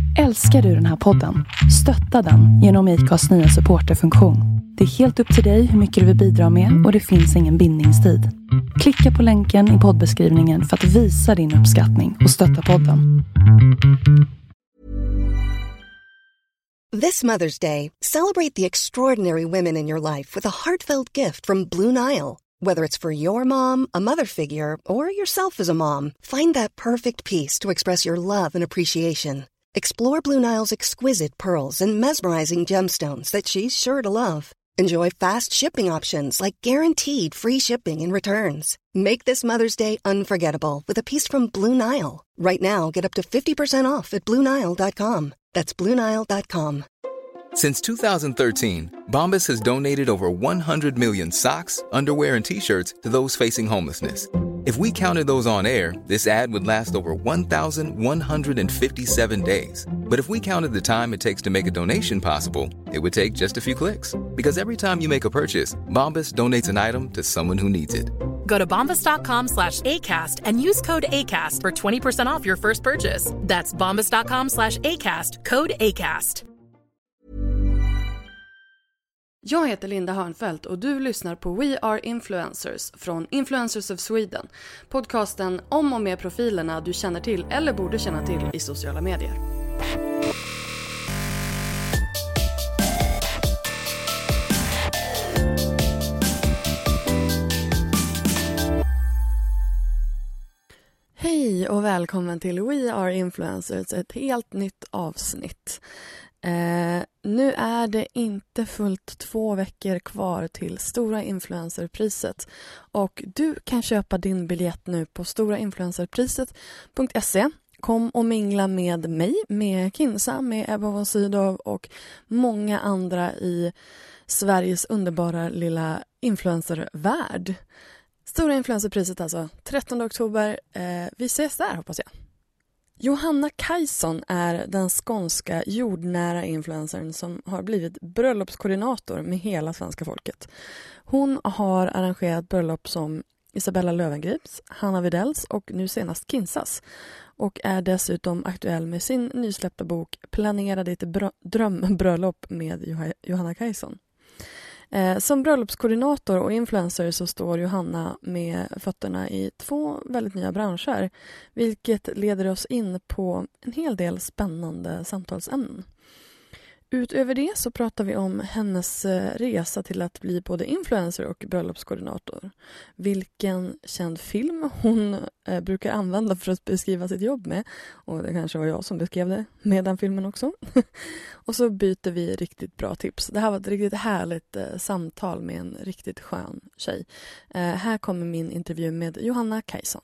Älskar du den här podden? Stötta den genom IKAs nya supporterfunktion. Det är helt upp till dig hur mycket du vill bidra med och det finns ingen bindningstid. Klicka på länken i poddbeskrivningen för att visa din uppskattning och stötta podden. This Mother's Day, celebrate the extraordinary women in your life with a heartfelt gift from Blue Nile. Whether it's for your mom, a mother figure, or yourself as a mom, find that perfect piece to express your love and appreciation. Explore Blue Nile's exquisite pearls and mesmerizing gemstones that she's sure to love. Enjoy fast shipping options like guaranteed free shipping and returns. Make this Mother's Day unforgettable with a piece from Blue Nile. Right now, get up to 50% off at BlueNile.com. That's BlueNile.com. Since 2013, Bombas has donated over 100 million socks, underwear, and T-shirts to those facing homelessness. If we counted those on air, this ad would last over 1,157 days. But if we counted the time it takes to make a donation possible, it would take just a few clicks. Because every time you make a purchase, Bombas donates an item to someone who needs it. Go to bombas.com/ACAST and use code ACAST for 20% off your first purchase. That's bombas.com/ACAST, code ACAST. Jag heter Linda Hörnfeldt och du lyssnar på We Are Influencers från Influencers of Sweden. Podcasten om och med profilerna du känner till eller borde känna till i sociala medier. Hej och välkommen till We Are Influencers, ett helt nytt avsnitt. Nu är det inte fullt 2 veckor kvar till Stora Influencerpriset och du kan köpa din biljett nu på storainfluencerpriset.se. Kom och mingla med mig, med Kinsa, med Ebba von Sydow och många andra i Sveriges underbara lilla influencervärld. Stora Influencerpriset alltså, 13 oktober. Vi ses där hoppas jag. Johanna Kajson är den skånska jordnära influencern som har blivit bröllopskoordinator med hela svenska folket. Hon har arrangerat bröllop som Isabella Löwengrips, Hanna Widells och nu senast Kinsas. Och är dessutom aktuell med sin nysläppta bok Planera ditt drömbröllop med Johanna Kajson. Som bröllopskoordinator och influencer så står Johanna med fötterna i 2 väldigt nya branscher, vilket leder oss in på en hel del spännande samtalsämnen. Utöver det så pratar vi om hennes resa till att bli både influencer och bröllopskoordinator. Vilken känd film hon brukar använda för att beskriva sitt jobb med. Och det kanske var jag som beskrev det med den filmen också. Och så byter vi riktigt bra tips. Det här var ett riktigt härligt samtal med en riktigt skön tjej. Här kommer min intervju med Johanna Kajson.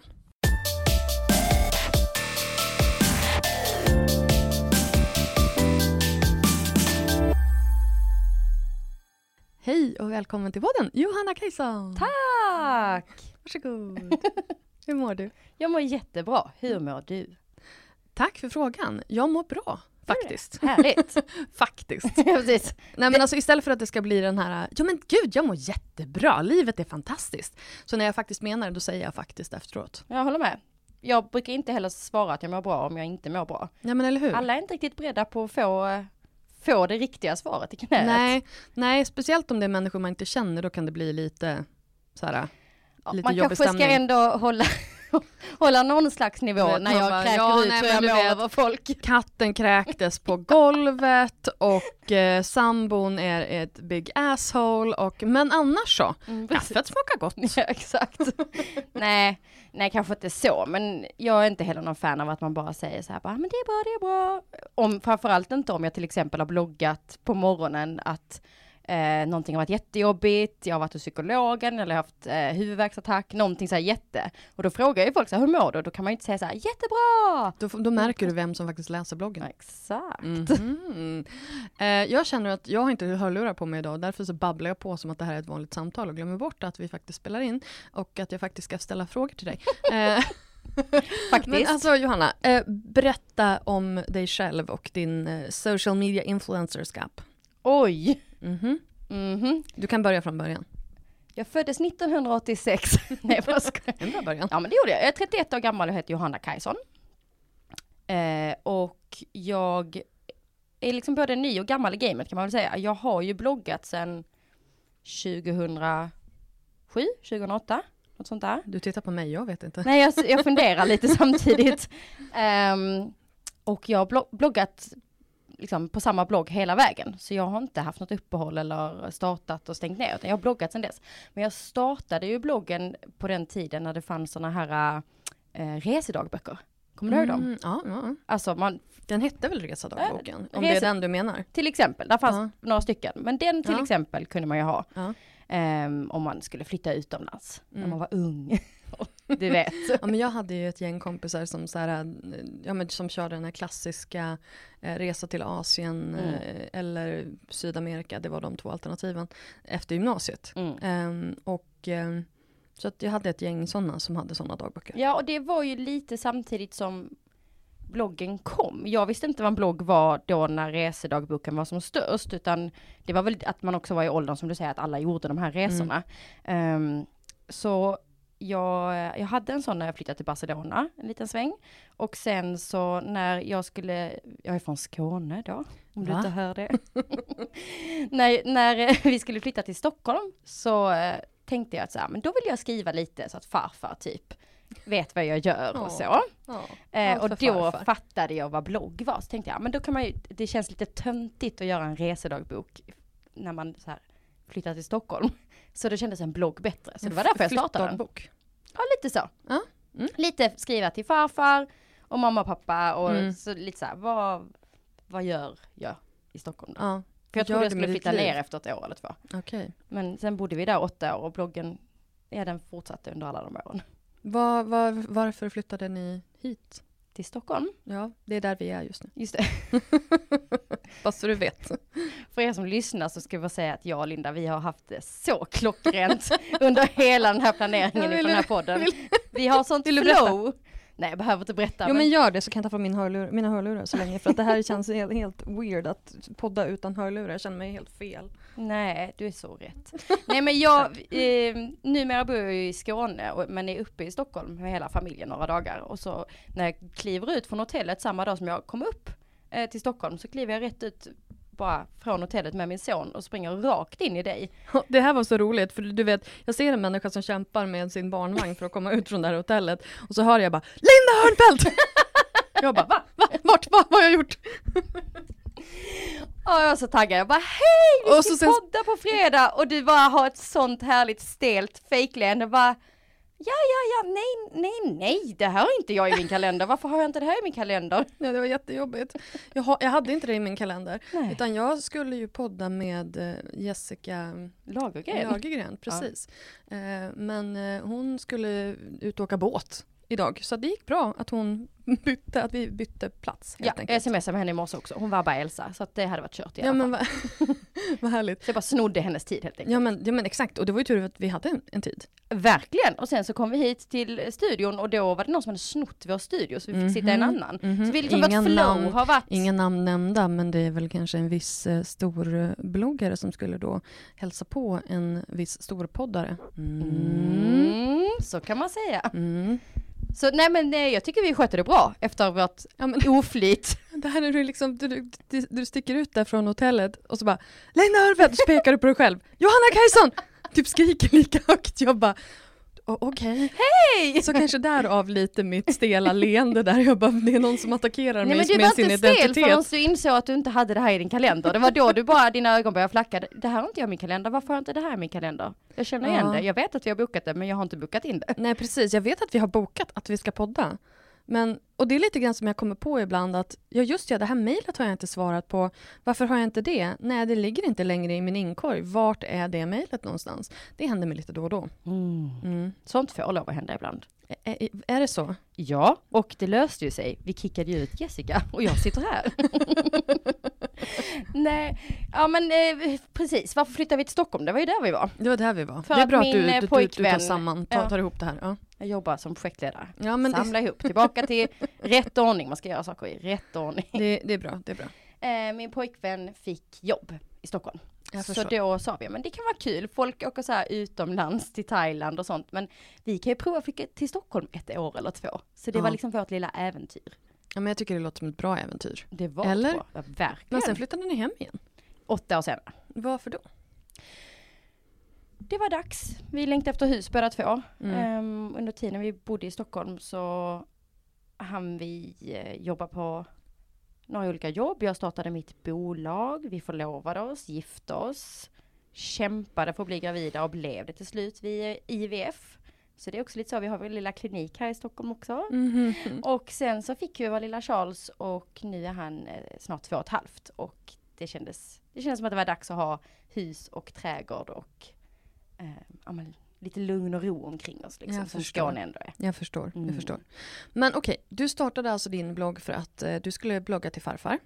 Hej och välkommen till podden, Johanna Kajson. Tack! Varsågod. Hur mår du? Jag mår jättebra. Hur mår du? Tack för frågan. Jag mår bra, faktiskt. Härligt. Faktiskt. Ja, precis. Nej, men alltså istället för att det ska bli den här, ja men gud, jag mår jättebra. Livet är fantastiskt. Så när jag faktiskt menar det, då säger jag faktiskt efteråt. Jag håller med. Jag brukar inte heller svara att jag mår bra om jag inte mår bra. Ja, men eller hur? Alla är inte riktigt beredda på att få det riktiga svaret i knät. Nej, speciellt om det är människor man inte känner, då kan det bli lite så här, lite man jobbig kanske ska ändå hålla någon slags nivå när jag kräker ut hur jag mår över folk. Katten kräktes på golvet och sambon är ett big asshole men annars så, kaffet smakar gott. Ja, exakt. nej, kanske inte så, men jag är inte heller någon fan av att man bara säger så här, men det är bra. Framförallt inte om jag till exempel har bloggat på morgonen att någonting har varit jättejobbigt, jag har varit hos psykologen eller haft huvudvärksattack, någonting så här jätte. Och då frågar ju folk så här, hur mår du? Då kan man ju inte säga så här, jättebra! Då märker du vem som faktiskt läser bloggen. Ja, exakt. Jag känner att jag har inte hörlurar på mig idag, därför så babblar jag på som att det här är ett vanligt samtal och glömmer bort att vi faktiskt spelar in och att jag faktiskt ska ställa frågor till dig. Faktiskt. Men alltså Johanna, berätta om dig själv och din social media influencerskap. Oj! Du kan börja från början. Jag föddes 1986. Nej, vad ska jag? En bra början. Ja, men det gjorde jag. Jag är 31 år gammal och heter Johanna Kajson. Och jag är liksom både ny och gammal i gamet kan man väl säga. Jag har ju bloggat sedan 2007, 2008, något sånt där. Du tittar på mig, jag vet inte. Nej, jag funderar lite samtidigt. Och jag har bloggat liksom på samma blogg hela vägen. Så jag har inte haft något uppehåll eller startat och stängt ner. Utan jag har bloggat sedan dess. Men jag startade ju bloggen på den tiden när det fanns såna här resedagböcker. Kommer du ihåg dem? Ja. Alltså den hette väl Resedagboken? Om det är den du menar. Till exempel, där fanns några stycken. Men den till exempel kunde man ju ha. Om man skulle flytta utomlands. När man var ung. Du vet. Ja, men jag hade ju ett gäng kompisar som, så här, som körde den här klassiska resa till Asien eller Sydamerika. Det var de 2 alternativen efter gymnasiet. Så att jag hade ett gäng sådana som hade sådana dagböcker. Ja, och det var ju lite samtidigt som bloggen kom. Jag visste inte vad en blogg var då när resedagboken var som störst, utan det var väl att man också var i åldern som du säger att alla gjorde de här resorna. Så jag hade en sån när jag flyttade till Barcelona, en liten sväng. Och sen så när jag är från Skåne då, om du inte hör det. när vi skulle flytta till Stockholm så tänkte jag att så här, men då vill jag skriva lite så att farfar typ vet vad jag gör och så. Och då fattade jag vad blogg var. Så tänkte jag, men då kan man ju, det känns lite töntigt att göra en resedagbok när man så här flyttar till Stockholm. Så det kändes en blogg bättre. Så det var därför jag startade den. Ja, lite så. Lite skriva till farfar och mamma och pappa och så lite så här, vad gör jag i Stockholm då? Ja. För jag trodde jag skulle flytta ner efter 1 år eller 2. Okay. Men sen bodde vi där 8 år och bloggen, den fortsatte under alla de åren. Varför flyttade ni hit? Till Stockholm? Ja, det är där vi är just nu. Just det. Fast så du vet. För er som lyssnar så ska jag säga att jag och Linda, vi har haft det så klockrent under hela den här planeringen i den här podden. Vi har sånt flow. Nej, jag behöver inte berätta. Jo, men gör det så kan jag ta fram mina hörlurar så länge. För att det här känns helt weird att podda utan hörlurar. Jag känner mig helt fel. Nej, du är så rätt. Nej, men jag numera bor jag i Skåne men är uppe i Stockholm med hela familjen några dagar. Och så när jag kliver ut från hotellet samma dag som jag kom upp till Stockholm så kliver jag rätt ut bara från hotellet med min son och springer rakt in i dig. Det här var så roligt för du vet, jag ser en människa som kämpar med sin barnvagn för att komma ut från det här hotellet och så hör jag bara Linda Hörnfeldt! Jag bara, vad har jag gjort? Och jag var så taggad, jag bara hej, vi ska podda på fredag och du bara har ett sånt härligt stelt fejkleende, bara ja, nej, det här har inte jag i min kalender. Varför har jag inte det här i min kalender? Ja, det var jättejobbigt. Jag hade inte det i min kalender. Nej. Utan jag skulle ju podda med Jessica Lagergren, precis. Ja. Men hon skulle ut och åka båt idag. Så det gick bra att vi bytte plats. Ja, jag smsade med henne i morse också. Hon var bara Elsa, så att det hade varit kört i alla fall. Men vad härligt. Så jag bara snodde hennes tid helt enkelt. Ja men exakt, och det var ju tur att vi hade en tid. Verkligen, och sen så kom vi hit till studion och då var det någon som hade snott vår studio så vi fick sitta i en annan. Så vi liksom har varit... Ingen namn nämnda, men det är väl kanske en viss stor bloggare som skulle då hälsa på en viss storpoddare. Så kan man säga. Så nej, jag tycker vi sköter det bra efter vårt oflyt. Det här är du liksom, du sticker ut där från hotellet och så bara, Lena Hörnfeldt, så pekar du på dig själv. Johanna Kajson! Typ skriker lika högt. Jag bara, okej. Hej! Så kanske därav lite mitt stela leende där. Jag bara, det är någon som attackerar mig med sin identitet. Nej, men du var inte stel förrän du insåg att du inte hade det här i din kalender. Det var då du bara, dina ögon började flacka. Det här har inte jag i min kalender. Varför har inte det här i min kalender? Jag känner igen det. Jag vet att vi har bokat det, men jag har inte bokat in det. Nej, precis. Jag vet att vi har bokat att vi ska podda. Men, och det är lite grann som jag kommer på ibland att det här mejlet har jag inte svarat på. Varför har jag inte det? Nej, det ligger inte längre i min inkorg. Vart är det mejlet någonstans? Det händer mig lite då och då. Sånt får lov att hända ibland. Är det så? Ja, och det löste ju sig. Vi kickade ju ut Jessica och jag sitter här. Nej, ja men precis. Varför flyttade vi till Stockholm? Det var ju där vi var. Det var där vi var. För det är bra att du tar samman, tar ihop det här. Ja. Jag jobbar som projektledare. Ja, men samla ihop, tillbaka till rätt ordning. Man ska göra saker i rätt ordning. Det är bra. Min pojkvän fick jobb i Stockholm. Så då sa vi, men det kan vara kul. Folk åker så här utomlands till Thailand och sånt. Men vi kan ju prova att flytta till Stockholm 1 år eller 2. Så det var liksom vårt lilla äventyr. Ja, men jag tycker det låter som ett bra äventyr. Det var Eller? bra, ja, verkligen. Men sen flyttade ni hem igen. 8 år senare. Varför då? Det var dags. Vi längtade efter hus båda två. Under tiden vi bodde i Stockholm så hann vi jobba på några olika jobb. Jag startade mitt bolag. Vi förlovade oss, gifte oss. Kämpade för att bli gravida och blev det till slut vid IVF. Så det är också lite så. Vi har vår lilla klinik här i Stockholm också. Och sen så fick vi vår lilla Charles och nu är han snart 2,5. Och det kändes som att det var dags att ha hus och trädgård och lite lugn och ro omkring oss. Liksom, som Skåne ändå är. Jag förstår. Men okej, du startade alltså din blogg för att du skulle blogga till farfar.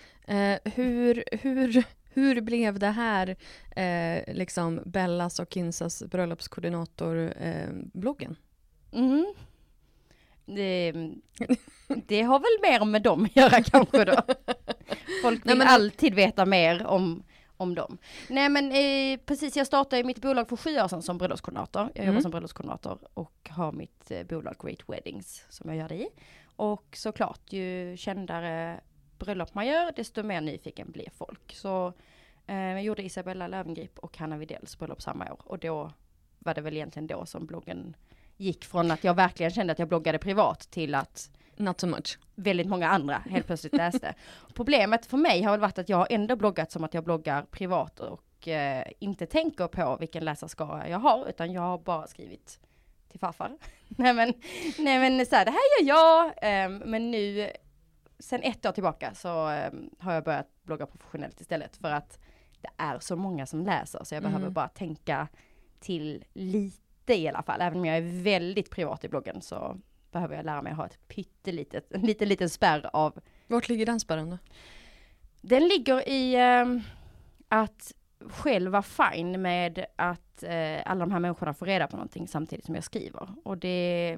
Hur blev det här liksom Bellas och Kinsas bröllopskoordinator-bloggen? Det har väl mer med dem att göra kanske då. Folk vill alltid veta mer om dem. Nej men precis, jag startade mitt bolag för 7 år sedan som bröllopskoordinator. Jag jobbar som bröllopskoordinator och har mitt bolag Great Weddings som jag gör det i. Och såklart ju kändare bröllop man gör, desto mer nyfiken blir folk. Så jag gjorde Isabella Löwengrip och Hanna Widells bröllop samma år. Och då var det väl egentligen då som bloggen gick från att jag verkligen kände att jag bloggade privat till att not so much. Väldigt många andra helt plötsligt läste. Problemet för mig har väl varit att jag har ändå bloggat som att jag bloggar privat och inte tänker på vilken läsarskara jag har, utan jag har bara skrivit till farfar. nej men så här, det här gör jag. Men nu, sen 1 år tillbaka så har jag börjat blogga professionellt istället för att det är så många som läser så jag behöver bara tänka till lite i alla fall. Även om jag är väldigt privat i bloggen så behöver jag lära mig att ha ett pyttelitet, en liten spärr av... Vart ligger den spärren då? Den ligger i att själv vara fine med att alla de här människorna får reda på någonting samtidigt som jag skriver. Och det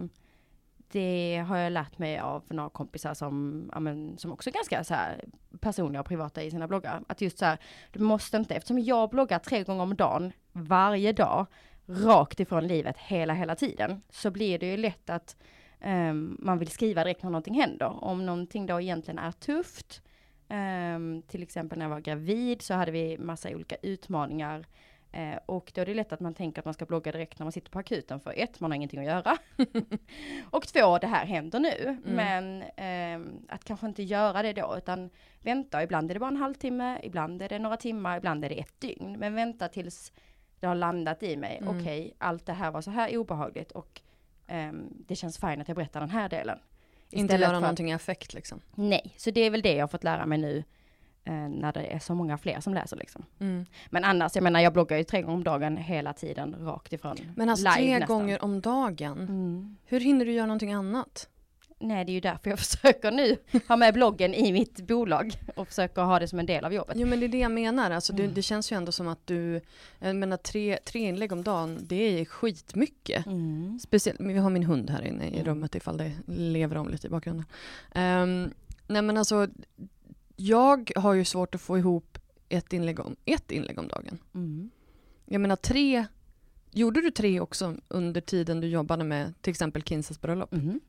har jag lärt mig av några kompisar som också är ganska så här personliga och privata i sina bloggar. Att just så här, du måste inte, eftersom jag bloggar 3 gånger om dagen, varje dag, rakt ifrån livet hela tiden, så blir det ju lätt att man vill skriva direkt när någonting händer. Om någonting då egentligen är tufft, till exempel när jag var gravid så hade vi massa olika utmaningar och då är det lätt att man tänker att man ska blogga direkt när man sitter på akuten för 1, man har ingenting att göra och 2, det här händer nu. Men att kanske inte göra det då utan vänta, ibland är det bara en halvtimme, ibland är det några timmar, ibland är det 1 dygn, men vänta tills det har landat i mig. Okej, allt det här var så här obehagligt och det känns fint att jag berättar den här delen. Inte göra någonting i affekt liksom. Nej, så det är väl det jag har fått lära mig nu när det är så många fler som läser liksom. Men annars, jag menar, jag bloggar ju 3 gånger om dagen hela tiden rakt ifrån. Men alltså 3 gånger om dagen? Hur hinner du göra någonting annat? Nej, det är ju därför jag försöker nu ha med bloggen i mitt bolag och försöker ha det som en del av jobbet. Jo, men det är det jag menar. Alltså, det känns ju ändå som att du, jag menar 3 inlägg om dagen, det är skitmycket. Speciellt, vi har min hund här inne i rummet ifall det lever om lite i bakgrunden. Nej men alltså, jag har ju svårt att få ihop ett inlägg om dagen. Jag menar 3, gjorde du 3 också under tiden du jobbade med till exempel Kinsas bröllop?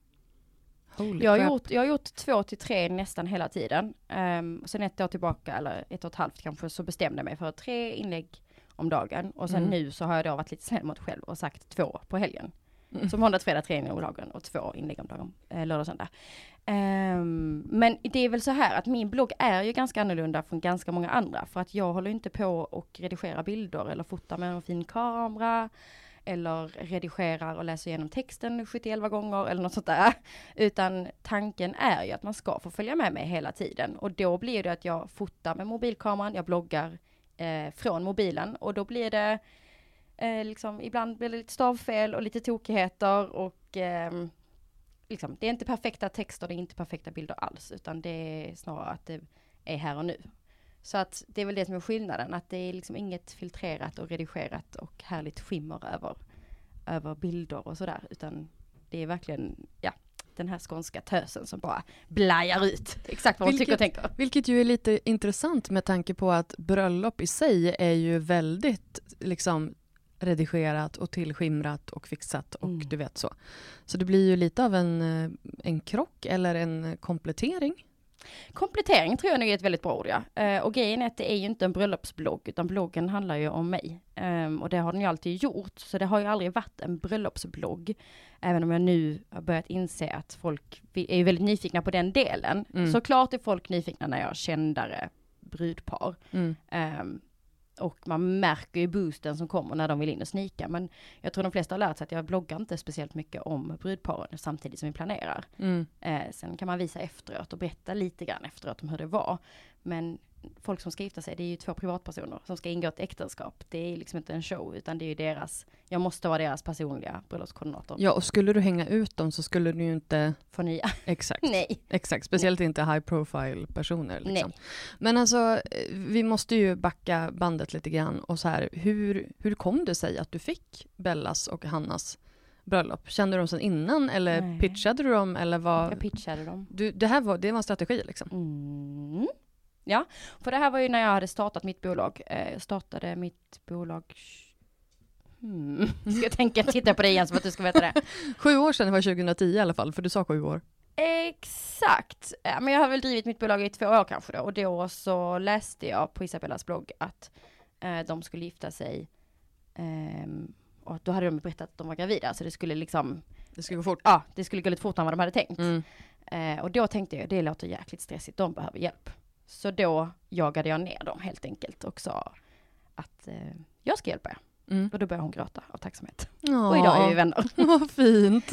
Jag har gjort 2 till 3 nästan hela tiden. Sen 1 år tillbaka, eller 1,5 kanske, så bestämde jag mig för 3 inlägg om dagen. Och sen nu så har jag då varit lite snäll mot själv och sagt 2 på helgen. Som måndag, fredag, 3 inlägg om dagen och 2 inlägg om dagen, lördag och söndag. Men det är väl så här att min blogg är ju ganska annorlunda från ganska många andra. För att jag håller inte på och redigerar bilder eller fotar med en fin kamera. Eller redigerar och läser igenom texten 71 gånger eller något sånt där. Utan tanken är ju att man ska få följa med mig hela tiden. Och då blir det att jag fotar med mobilkameran, jag bloggar från mobilen. Och då blir det liksom, ibland blir det lite stavfel och lite tokigheter. Och liksom, det är inte perfekta texter, det är inte perfekta bilder alls. Utan det är snarare att det är här och nu. Så att det är väl det som är skillnaden, att det är liksom inget filtrerat och redigerat och härligt skimmer över bilder och sådär, utan det är verkligen, den här skånska tösen som bara blajar ut exakt vad man tycker och tänker. Vilket ju är lite intressant med tanke på att bröllop i sig är ju väldigt liksom redigerat och tillskimrat och fixat och du vet så. Så det blir ju lite av en krock eller en komplettering. Komplettering tror jag nog är ett väldigt bra ord, ja. Och grejen är att det är ju inte en bröllopsblogg, utan bloggen handlar ju om mig. Och det har den ju alltid gjort, så det har ju aldrig varit en bröllopsblogg. Även om jag nu har börjat inse att folk är ju väldigt nyfikna på den delen. Såklart är folk nyfikna när jag har kändare brudpar. Och man märker ju boosten som kommer när de vill in och snika. Men jag tror de flesta har lärt sig att jag bloggar inte speciellt mycket om brudparen samtidigt som vi planerar. Sen kan man visa efteråt och berätta lite grann efteråt om hur det var. Men folk som ska gifta sig, det är ju 2 privatpersoner som ska ingå ett äktenskap. Det är liksom inte en show, utan det är ju jag måste vara deras personliga bröllopskoordinator. Ja, och skulle du hänga ut dem så skulle du ju inte få nya. Exakt. Nej. Exakt, speciellt inte high profile personer liksom. Nej. Men alltså, vi måste ju backa bandet lite grann och så här, hur kom det sig att du fick Bellas och Hannas bröllop? Kände du dem sedan innan eller pitchade du dem eller vad? Jag pitchade dem. Det var en strategi liksom. Ja, för det här var ju när jag hade startat mitt bolag. Jag startade mitt bolag... Ska jag titta på det igen så att du ska veta det. 7 år sedan, det var 2010 i alla fall, för du sa 7 år. Exakt. Men jag har väl drivit mitt bolag i 2 år kanske då. Och då så läste jag på Isabellas blogg att de skulle gifta sig. Och då hade de berättat att de var gravida. Så det skulle liksom... Det skulle gå fort. Ja, det skulle gå lite fortare än vad de hade tänkt. Och då tänkte jag, det låter jäkligt stressigt. De behöver hjälp. Så då jagade jag ner dem helt enkelt och sa att jag ska hjälpa er. Och då började hon gråta av tacksamhet. Och idag är vi vänner. Vad fint.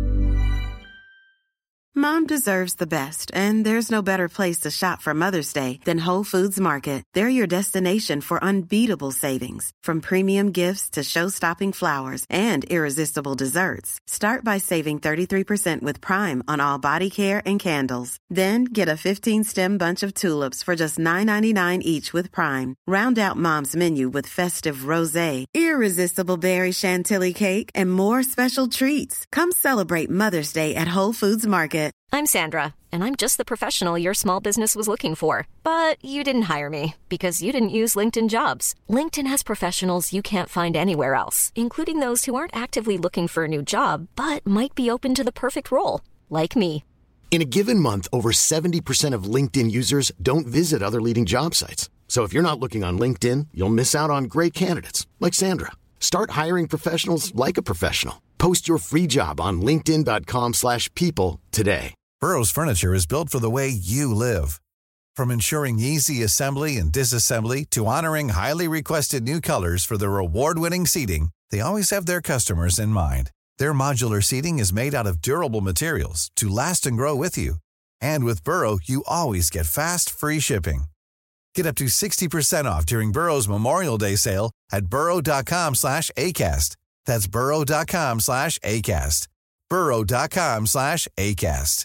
Mom deserves the best, and there's no better place to shop for Mother's Day than Whole Foods Market. They're your destination for unbeatable savings, from premium gifts to show-stopping flowers and irresistible desserts. Start by saving 33% with Prime on all body care and candles. Then get a 15-stem bunch of tulips for just $9.99 each with Prime. Round out Mom's menu with festive rosé, irresistible berry chantilly cake, and more special treats. Come celebrate Mother's Day at Whole Foods Market. I'm Sandra, and I'm just the professional your small business was looking for. But you didn't hire me because you didn't use LinkedIn Jobs. LinkedIn has professionals you can't find anywhere else, including those who aren't actively looking for a new job, but might be open to the perfect role, like me. In a given month, over 70% of LinkedIn users don't visit other leading job sites. So if you're not looking on LinkedIn, you'll miss out on great candidates, like Sandra. Start hiring professionals like a professional. Post your free job on linkedin.com/people today. Burrow's furniture is built for the way you live. From ensuring easy assembly and disassembly to honoring highly requested new colors for their award-winning seating, they always have their customers in mind. Their modular seating is made out of durable materials to last and grow with you. And with Burrow, you always get fast, free shipping. Get up to 60% off during Burrow's Memorial Day sale at burrow.com/ACAST. That's burrow.com/ACAST. burrow.com/ACAST.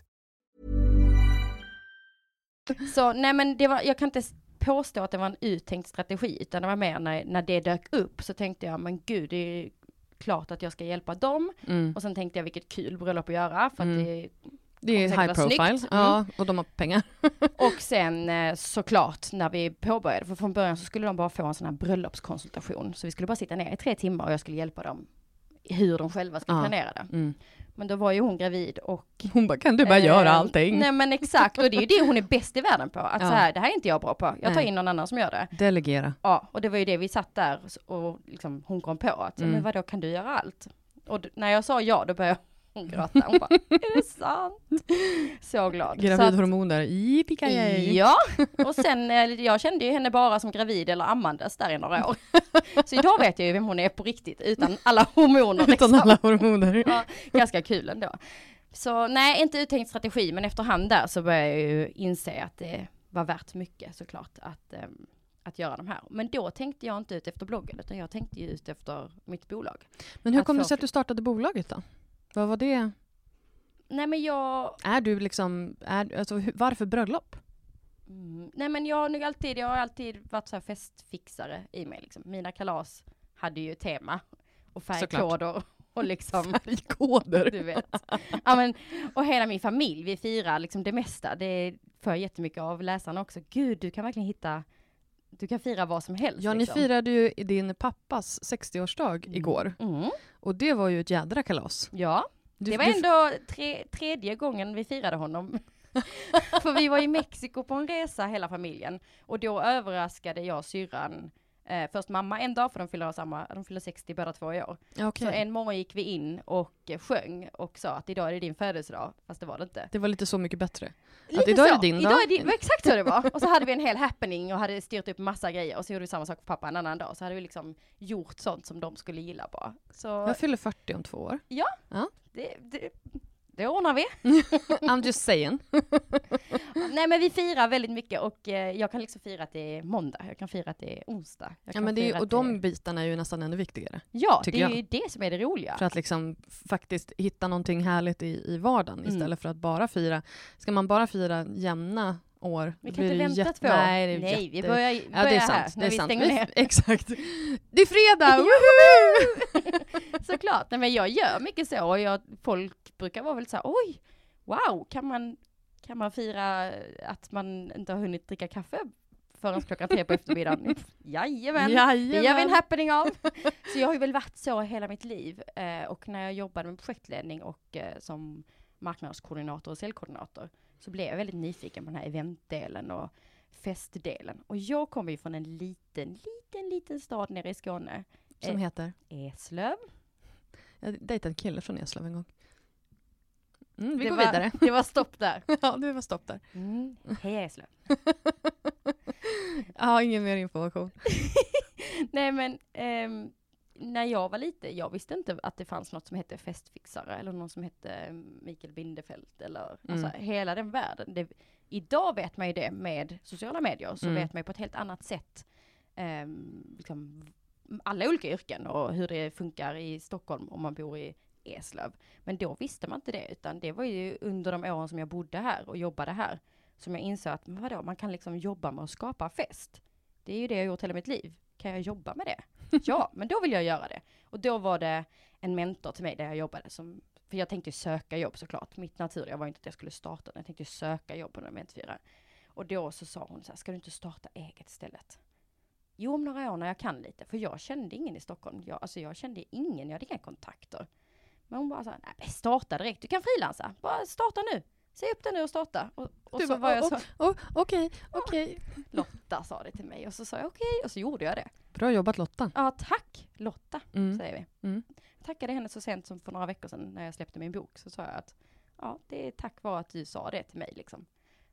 Så nej, men jag kan inte påstå att det var en uttänkt strategi, utan det var mer när det dök upp så tänkte jag, men gud, det är klart att jag ska hjälpa dem. Och sen tänkte jag, vilket kul bröllop att göra, för att det är high profile, ja, och de har pengar. Och sen såklart när vi påbörjade, för från början så skulle de bara få en sån här bröllopskonsultation. Så vi skulle bara sitta ner i 3 timmar och jag skulle hjälpa dem hur de själva skulle planera det. Men då var ju hon gravid och... Hon bara, kan du bara göra allting? Nej men exakt, och det är ju det hon är bäst i världen på. Att så här, det här är inte jag bra på. Jag tar in någon annan som gör det. Delegera. Ja, och det var ju det vi satt där och liksom, hon kom på att, men vadå, kan du göra allt? Och när jag sa ja, då började hon gråta. Hon bara, är det sant? Så glad. Gravidhormoner, yippee-ki-yay. Ja, och sen jag kände ju henne bara som gravid eller ammandes där i några år. Så idag vet jag ju vem hon är på riktigt, utan alla hormoner. Utan alla hormoner. Ja, ganska kul ändå. Så nej, inte uttänkt strategi, men efterhand där så började jag ju inse att det var värt mycket såklart att göra de här. Men då tänkte jag inte ut efter bloggen, utan jag tänkte ju ut efter mitt bolag. Men hur kom det sig att du startade bolaget då? Vad var det? Nej, men Är du liksom... varför bröllop? Nej, men jag har alltid varit så här festfixare i mig. Liksom. Mina kalas hade ju tema och färgkoder. Och liksom... Färgkoder? Du vet. Ja, men, och hela min familj, vi firar liksom det mesta. Det får jag jättemycket av läsarna också. Gud, du kan verkligen hitta Du kan fira vad som helst. Ja, liksom. ni firade ju din pappas 60-årsdag igår. Mm. Och det var ju ett jädra kalas. Ja, det var ändå tredje gången vi firade honom. För vi var i Mexiko på en resa hela familjen. Och då överraskade jag syrran. Först mamma en dag, för de fyller 60 båda 2 år. Okay. Så en morgon gick vi in och sjöng och sa att idag är det din födelsedag. Fast det var det inte. Det var lite så mycket bättre. Lite att idag så. Är din dag. Idag är det var exakt så det var. Och så hade vi en hel happening och hade styrt upp massa grejer. Och så gjorde vi samma sak för pappa en annan dag. Så hade vi liksom gjort sånt som de skulle gilla bara. Så... Jag fyller 40 om 2 år. Ja. Det ordnar vi. I'm just saying. Nej, men vi firar väldigt mycket och jag kan liksom fira att det är måndag. Jag kan fira att det är onsdag. Och de bitarna är ju nästan ännu viktigare. Ja, det är ju det som är det roliga. För att liksom faktiskt hitta någonting härligt i vardagen istället för att bara fira. Ska man bara fira jämna år. Vi kan inte vänta 2 år. Nej, vi börjar det är sant, här när vi stänger ner. Exakt. Det är fredag! Såklart. Nej, men jag gör mycket så. Och folk brukar vara väl så här, oj, wow, kan man fira att man inte har hunnit dricka kaffe förrän klockan 3 på eftermiddagen? Jajamän. Det gör vi en happening av. Så jag har ju väl varit så hela mitt liv. Och när jag jobbade med projektledning och som marknadskoordinator och säljkoordinator så blev jag väldigt nyfiken på den här eventdelen och festdelen. Och jag kommer ju från en liten stad nere i Skåne. Som heter? Eslöv. Jag dejtade en kille från Eslöv en gång. Vi går vidare. Det var stopp där. Ja, det var stopp där. Hej Eslöv. Ja, ingen mer information. Nej, men när jag var lite, jag visste inte att det fanns något som hette festfixare eller någon som hette Mikael Bindefeld eller alltså hela den världen. Idag vet man ju det med sociala medier, så vet man ju på ett helt annat sätt liksom, alla olika yrken och hur det funkar i Stockholm om man bor i Eslöv. Men då visste man inte det, utan det var ju under de åren som jag bodde här och jobbade här som jag insåg att man kan liksom jobba med att skapa fest. Det är ju det jag har gjort hela mitt liv. Kan jag jobba med det? Ja, men då vill jag göra det. Och då var det en mentor till mig där jag jobbade. För jag tänkte söka jobb såklart. Mitt naturliga var inte att jag skulle starta. Jag tänkte söka jobb på en eventfirare. Och då så sa hon så här, ska du inte starta eget istället? Jo, om några år när jag kan lite. För jag kände ingen i Stockholm. Jag kände ingen, jag hade inga kontakter. Men hon bara sa, nej, starta direkt. Du kan frilansa. Bara starta nu. Se upp det nu och starta. Och så var jag så... Okej. Lotta sa det till mig. Och så sa jag okej. Och så gjorde jag det. Bra jobbat Lotta. Ja, tack Lotta, säger vi. Mm. Jag tackade henne så sent som för några veckor sedan när jag släppte min bok. Så sa jag att det är tack vare att du sa det till mig. Liksom.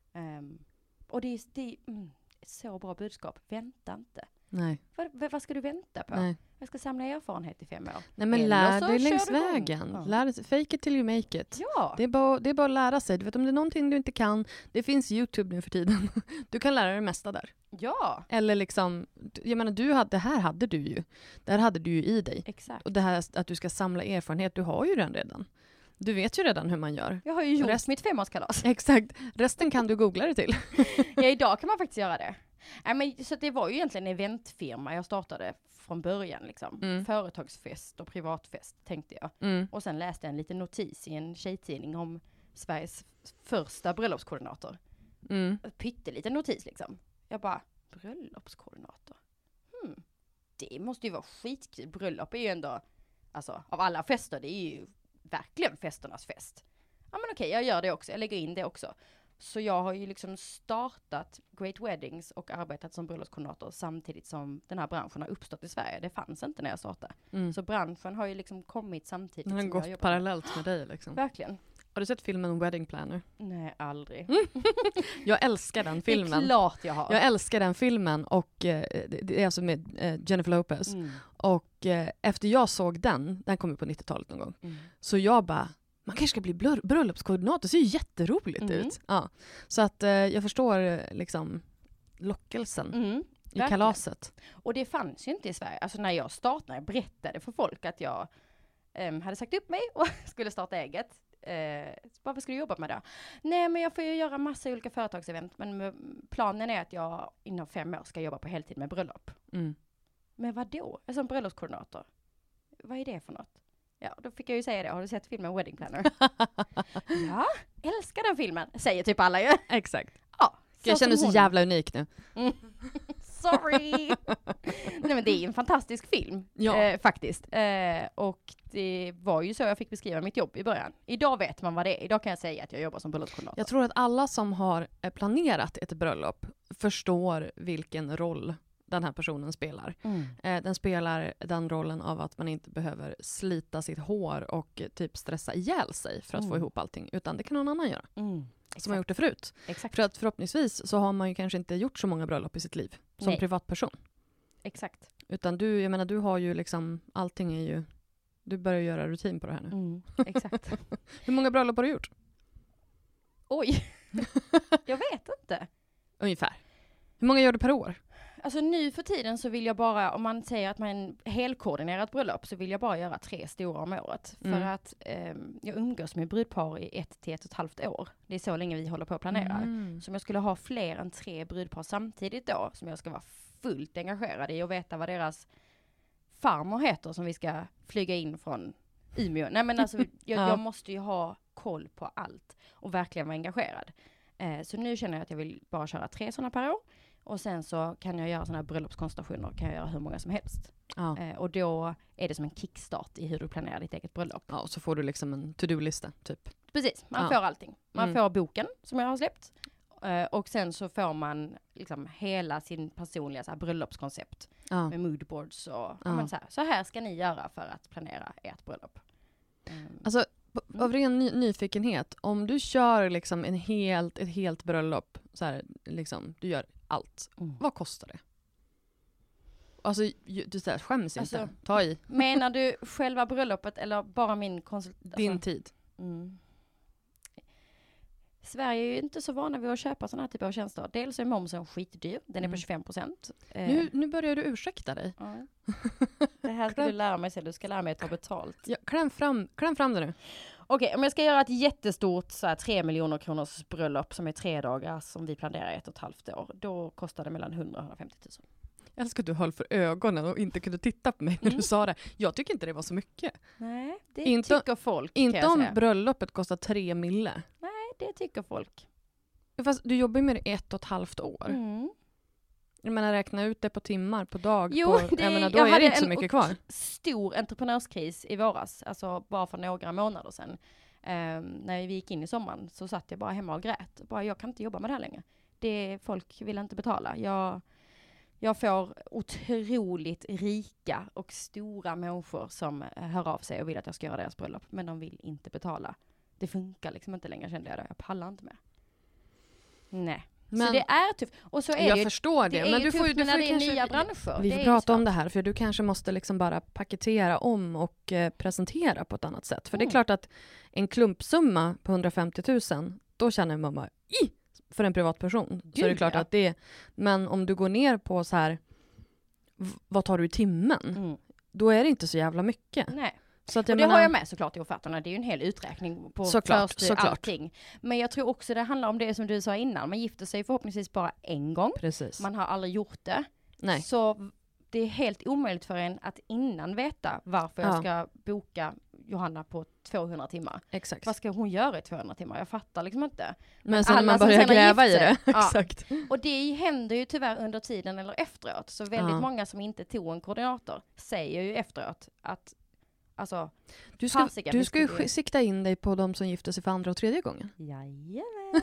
Och det är så bra budskap. Vänta inte. Nej. Vad ska du vänta på? Nej. Jag ska samla erfarenhet i 5 år. Nej, men lär dig längs vägen. Ja. Lär dig, fake it till you make it. Ja. Det är bara att lära sig. Du vet, om det är någonting du inte kan, det finns YouTube nu för tiden. Du kan lära dig det mesta där. Ja. Eller liksom, jag menar, det här hade du ju. Det här hade du ju i dig. Exakt. Och det här att du ska samla erfarenhet, du har ju den redan. Du vet ju redan hur man gör. Jag har ju gjort mitt 5-årskalas. Exakt. Resten kan du googla det till. Ja, idag kan man faktiskt göra det. Så det var ju egentligen en eventfirma jag startade från början. Liksom. Företagsfest och privatfest tänkte jag. Och sen läste jag en liten notis i en tjejtidning om Sveriges första bröllopskoordinator. Pytteliten notis liksom. Jag bara, bröllopskoordinator? Det måste ju vara skitkul. Bröllop är ju ändå, alltså av alla fester, det är ju verkligen festernas fest. Ja, men okej, jag gör det också. Jag lägger in det också. Så jag har ju liksom startat Great Weddings och arbetat som bröllopskoordinator samtidigt som den här branschen har uppstått i Sverige. Det fanns inte när jag startade. Så branschen har ju liksom kommit samtidigt. Den har gått parallellt med dig liksom. Verkligen. Har du sett filmen Wedding Planner? Nej, aldrig. Jag älskar den filmen. Det är klart jag har. Jag älskar den filmen och det är alltså med Jennifer Lopez. Och efter jag såg den kom ju på 90-talet någon gång. Så jag bara, man kanske ska bli bröllopskoordinator. Det ser ju jätteroligt ut. Ja. Så att jag förstår liksom lockelsen i kalaset. Och det fanns ju inte i Sverige. Alltså när jag startade, jag berättade för folk att jag hade sagt upp mig och skulle starta eget. Vad ska du jobba med då? Nej, men jag får ju göra massa olika företagsevent. Men planen är att jag inom 5 år ska jobba på heltid med bröllop. Men vad då? Alltså en bröllopskoordinator. Vad är det för något? Ja, då fick jag ju säga det. Har du sett filmen Wedding Planner? Ja, älskar den filmen. Säger typ alla ju. Exakt. Ja, jag känner mig så jävla unik nu. Sorry! Nej, men det är en fantastisk film, faktiskt. Och det var ju så jag fick beskriva mitt jobb i början. Idag vet man vad det är. Idag kan jag säga att jag jobbar som bröllopskoordinator. Jag tror att alla som har planerat ett bröllop förstår vilken roll den här personen spelar. Den spelar den rollen av att man inte behöver slita sitt hår och typ stressa ihjäl sig för att få ihop allting. Utan det kan någon annan göra. Som har gjort det förut. Exakt. För att förhoppningsvis så har man ju kanske inte gjort så många bröllop i sitt liv som privatperson. Exakt. Utan du har ju liksom, allting är ju, du börjar göra rutin på det här nu. Exakt. Hur många bröllop har du gjort? Oj, jag vet inte. Ungefär. Hur många gör du per år? Alltså nu för tiden så vill jag bara, om man säger att man är en helkoordinerat bröllop, så vill jag bara göra 3 stora om året. För att jag umgås med brudpar i 1 till 1,5 år. Det är så länge vi håller på att planera. Så om jag skulle ha fler än 3 brudpar samtidigt då, som jag ska vara fullt engagerad i och veta vad deras farmor heter som vi ska flyga in från Umeå. Nej men alltså, jag måste ju ha koll på allt och verkligen vara engagerad. Så nu känner jag att jag vill bara köra 3 sådana per år. Och sen så kan jag göra sådana här bröllopskonstellationer, kan jag göra hur många som helst. Och då är det som en kickstart i hur du planerar ditt eget bröllop. Ja, och så får du liksom en to-do-lista typ. Precis, man får allting. Man får boken som jag har släppt. Och sen så får man liksom hela sin personliga så här bröllopskoncept. Med moodboards och men så här ska ni göra för att planera ert bröllop. Alltså av ren nyfikenhet, om du kör liksom ett helt bröllop så här, liksom, du gör allt. Vad kostar det? Alltså du säger skäms inte. Ta i. Menar du själva bröllopet eller bara min din tid? Sverige är ju inte så vana vid att köpa sådana här typer av tjänster. Dels är momsen skitdyr. Den är på 25%. Nu börjar du ursäkta dig. Ja. Det här ska du lära mig sen. Du ska lära mig att ta betalt. Ja, kläm fram det nu. Okej, om jag ska göra ett jättestort så här, 3 miljoner kronors bröllop som är 3 dagar som vi planerar 1,5 år. Då kostar det mellan 100 och 150 000. Jag älskar att du höll för ögonen och inte kunde titta på mig när du sa det. Jag tycker inte det var så mycket. Nej, det tycker folk. Inte om bröllopet kostar 3 mille. Nej, det tycker folk. Fast du jobbar ju med det 1,5 år. Jag menar, räkna ut det på timmar, på dag. Jo, då är det inte så mycket kvar. Stor entreprenörskris i våras. Alltså bara för några månader sedan. När vi gick in i sommaren så satt jag bara hemma och grät. Jag kan inte jobba med det här längre. Folk vill inte betala. Jag får otroligt rika och stora människor som hör av sig och vill att jag ska göra deras bröllop. Men de vill inte betala. Det funkar liksom inte längre, kände jag då. Jag pallar inte med. Nej. Men, så det är tufft. Och så är jag förstår det. Men du får när det är nya branscher. Vi får prata om det här, för du kanske måste liksom bara paketera om och presentera på ett annat sätt. För det är klart att en klumpsumma på 150 000, då känner mamma för en privatperson. Så är det klart att det. Men om du går ner på så här, vad tar du i timmen? Då är det inte så jävla mycket. Nej. Så att det har jag med såklart i offerterna. Det är ju en hel uträkning på allting. Men jag tror också det handlar om det som du sa innan. Man gifter sig förhoppningsvis bara en gång. Precis. Man har aldrig gjort det. Nej. Så det är helt omöjligt för en att innan veta varför jag ska boka Johanna på 200 timmar. Exakt. Vad ska hon göra i 200 timmar? Jag fattar liksom inte. Men sen man börjar gräva i det. Exakt. Och det händer ju tyvärr under tiden eller efteråt. Så väldigt många som inte tog en koordinator säger ju efteråt att alltså, du ska ju sikta in dig på de som gifter sig för andra och tredje gången. Jajamän.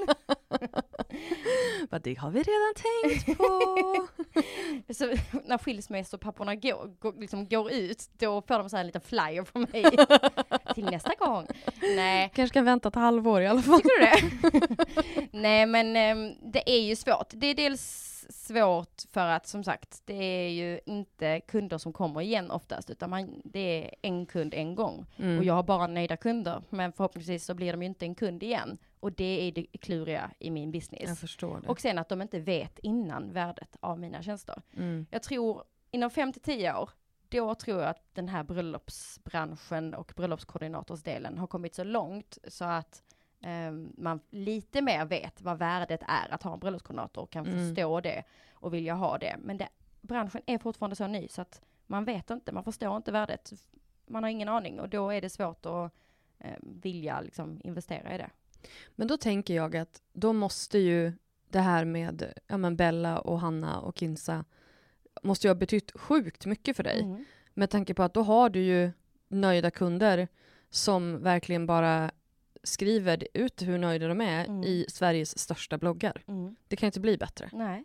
Det har vi redan tänkt på. Så när skilsmässopapporna går ut, då får de så här en liten flyer från mig till nästa gång. Nej. Kanske kan vänta ett halvår i alla fall. Tycker du det? Nej, men det är ju svårt. Det är dels svårt för att, som sagt, det är ju inte kunder som kommer igen oftast, utan det är en kund en gång. Och jag har bara nöjda kunder, men förhoppningsvis så blir de ju inte en kund igen. Och det är det kluriga i min business. Jag förstår det. Och sen att de inte vet innan värdet av mina tjänster. Jag tror, inom 5-10 år, då tror jag att den här bröllopsbranschen och bröllopskoordinatorsdelen har kommit så långt så att man lite mer vet vad värdet är att ha en bröllopskoordinator och kan förstå det och vilja ha det. Men branschen är fortfarande så ny så att man vet inte, man förstår inte värdet. Man har ingen aning och då är det svårt att vilja liksom investera i det. Men då tänker jag att då måste ju det här med Bella och Hanna och Kinsa måste ju ha betytt sjukt mycket för dig. Med tanke på att då har du ju nöjda kunder som verkligen bara skriver ut hur nöjda de är i Sveriges största bloggar. Det kan ju inte bli bättre. Nej,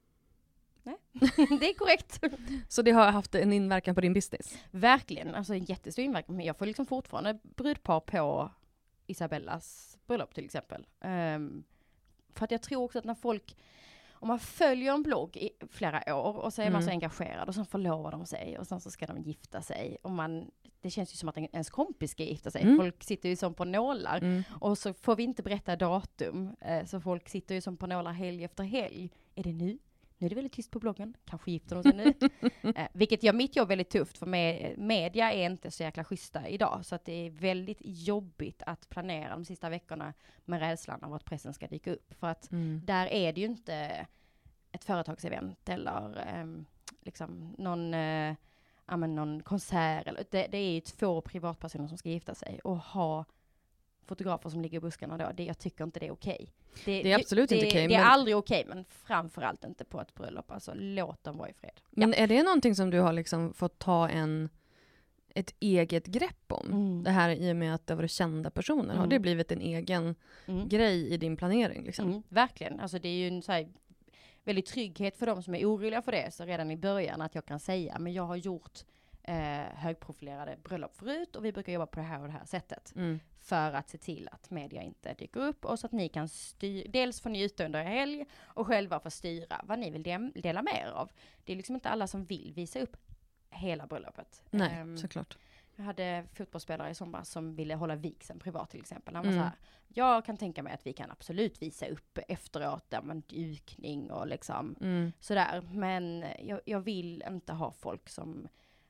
det är korrekt. Så det har haft en inverkan på din business? Verkligen, alltså en jättestor inverkan. Men jag får liksom fortfarande brudpar på Isabellas bröllop till exempel. För att jag tror också att när folk, om man följer en blogg i flera år och så är man så engagerad och sen förlovar de sig och sen så ska de gifta sig. Och det känns ju som att ens kompis ska gifta sig. Folk sitter ju som på nålar. Och så får vi inte berätta datum. Så folk sitter ju som på nålar helg efter helg. Är det nu? Nu är det väldigt tyst på bloggen. Kanske gifter de sig nu. Vilket gör mitt jobb väldigt tufft. För media är inte så jäkla schyssta idag. Så att det är väldigt jobbigt att planera de sista veckorna med rädslan av att pressen ska dyka upp. För att där är det ju inte ett företagsevent eller liksom någon konsert. Eller, det är ju 2 privatpersoner som ska gifta sig. Och ha fotografer som ligger i buskarna då. Jag tycker inte det är okej. Det är absolut inte okej. Det är aldrig okej, men framförallt inte på ett bröllop. Alltså låt dem vara i fred. Men är det någonting som du har liksom fått ta ett eget grepp om? Det här i och med att det var kända personer. Har det blivit en egen grej i din planering? Liksom? Verkligen. Alltså det är ju en så här väldigt trygghet för de som är oroliga för det. Så redan i början att jag kan säga, men jag har gjort högprofilerade bröllop förut och vi brukar jobba på det här och det här sättet. För att se till att media inte dyker upp och så att ni kan dels få njuta under helg och själva få styra vad ni vill dela med er av. Det är liksom inte alla som vill visa upp hela bröllopet. Nej, såklart. Jag hade fotbollsspelare i somras som ville hålla vigseln privat till exempel. Han var så här, jag kan tänka mig att vi kan absolut visa upp efteråt där man dukning och liksom sådär. Men jag vill inte ha folk som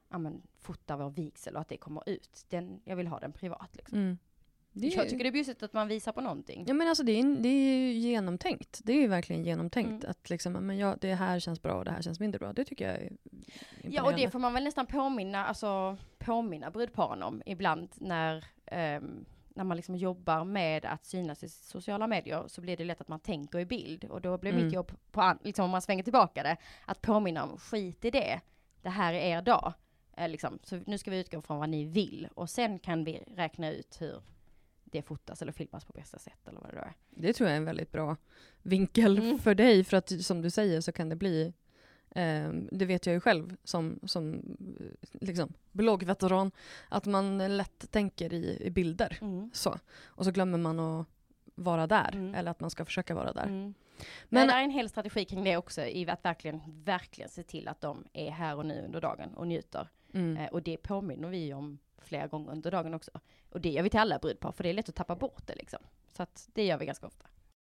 fotar vår vigsel och att det kommer ut. Jag vill ha den privat liksom. Jag tycker det är bjussigt att man visar på någonting. Ja men alltså det är ju genomtänkt. Det är ju verkligen genomtänkt. Att liksom, det här känns bra och det här känns mindre bra. Det tycker jag är imponerande. Ja och det får man väl nästan påminna brudparen om ibland när man liksom jobbar med att synas i sociala medier så blir det lätt att man tänker i bild. Och då blir mitt jobb liksom, om man svänger tillbaka det, att påminna om skit i det. Det här är er dag. Liksom. Så nu ska vi utgå från vad ni vill. Och sen kan vi räkna ut hur det fotas eller filmas på bästa sätt eller vad det är. Det tror jag är en väldigt bra vinkel för dig. För att som du säger så kan det bli, det vet jag ju själv som liksom bloggveteran, att man lätt tänker i bilder. Så. Och så glömmer man att vara där. Eller att man ska försöka vara där. Men det är en hel strategi kring det också i att verkligen se till att de är här och nu under dagen och njuter. Och det påminner vi om flera gånger under dagen också. Och det gör vi till alla brudpar för det är lätt att tappa bort det liksom. Så att det gör vi ganska ofta.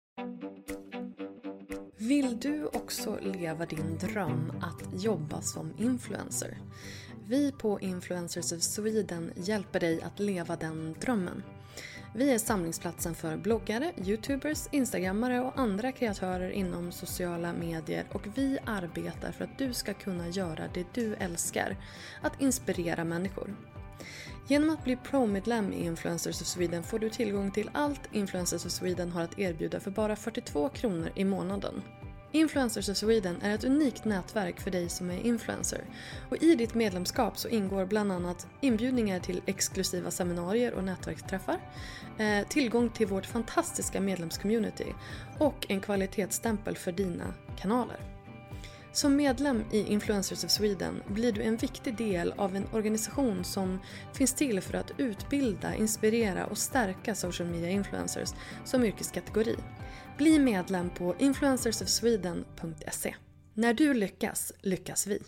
Vill du också leva din dröm att jobba som influencer? Vi på Influencers of Sweden hjälper dig att leva den drömmen. Vi är samlingsplatsen för bloggare, youtubers, instagrammare och andra kreatörer inom sociala medier och vi arbetar för att du ska kunna göra det du älskar, att inspirera människor. Genom att bli pro-medlem i Influencers of Sweden får du tillgång till allt Influencers of Sweden har att erbjuda för bara 42 kronor i månaden. Influencers of Sweden är ett unikt nätverk för dig som är influencer. Och i ditt medlemskap så ingår bland annat inbjudningar till exklusiva seminarier och nätverksträffar, tillgång till vårt fantastiska medlemscommunity och en kvalitetsstämpel för dina kanaler. Som medlem i Influencers of Sweden blir du en viktig del av en organisation som finns till för att utbilda, inspirera och stärka social media influencers som yrkeskategori. Bli medlem på influencersofsweden.se. När du lyckas vi.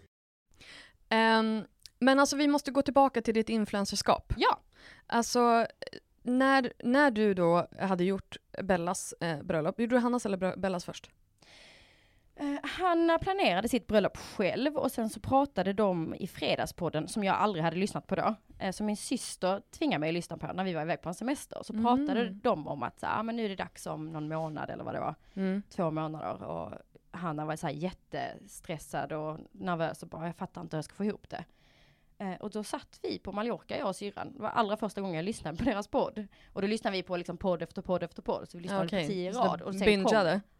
Men alltså vi måste gå tillbaka till ditt influencerskap. Ja. Alltså när du då hade gjort Bellas bröllop, gjorde du Hannas eller Bellas först? Hanna planerade sitt bröllop själv och sen så pratade de i Fredagspodden som jag aldrig hade lyssnat på då. Så min syster tvingade mig att lyssna på när vi var iväg på en semester. Så pratade de om att men nu är det dags om någon månad eller vad det var. 2 månader och Hanna var så här jättestressad och nervös och bara jag fattar inte hur jag ska få ihop det. Och då satt vi på Mallorca, jag och syrran. Det var allra första gången jag lyssnade på deras podd. Och då lyssnade vi på liksom podd efter podd efter podd. Så vi lyssnade på 10 rad. Och sen bingeade? Ja,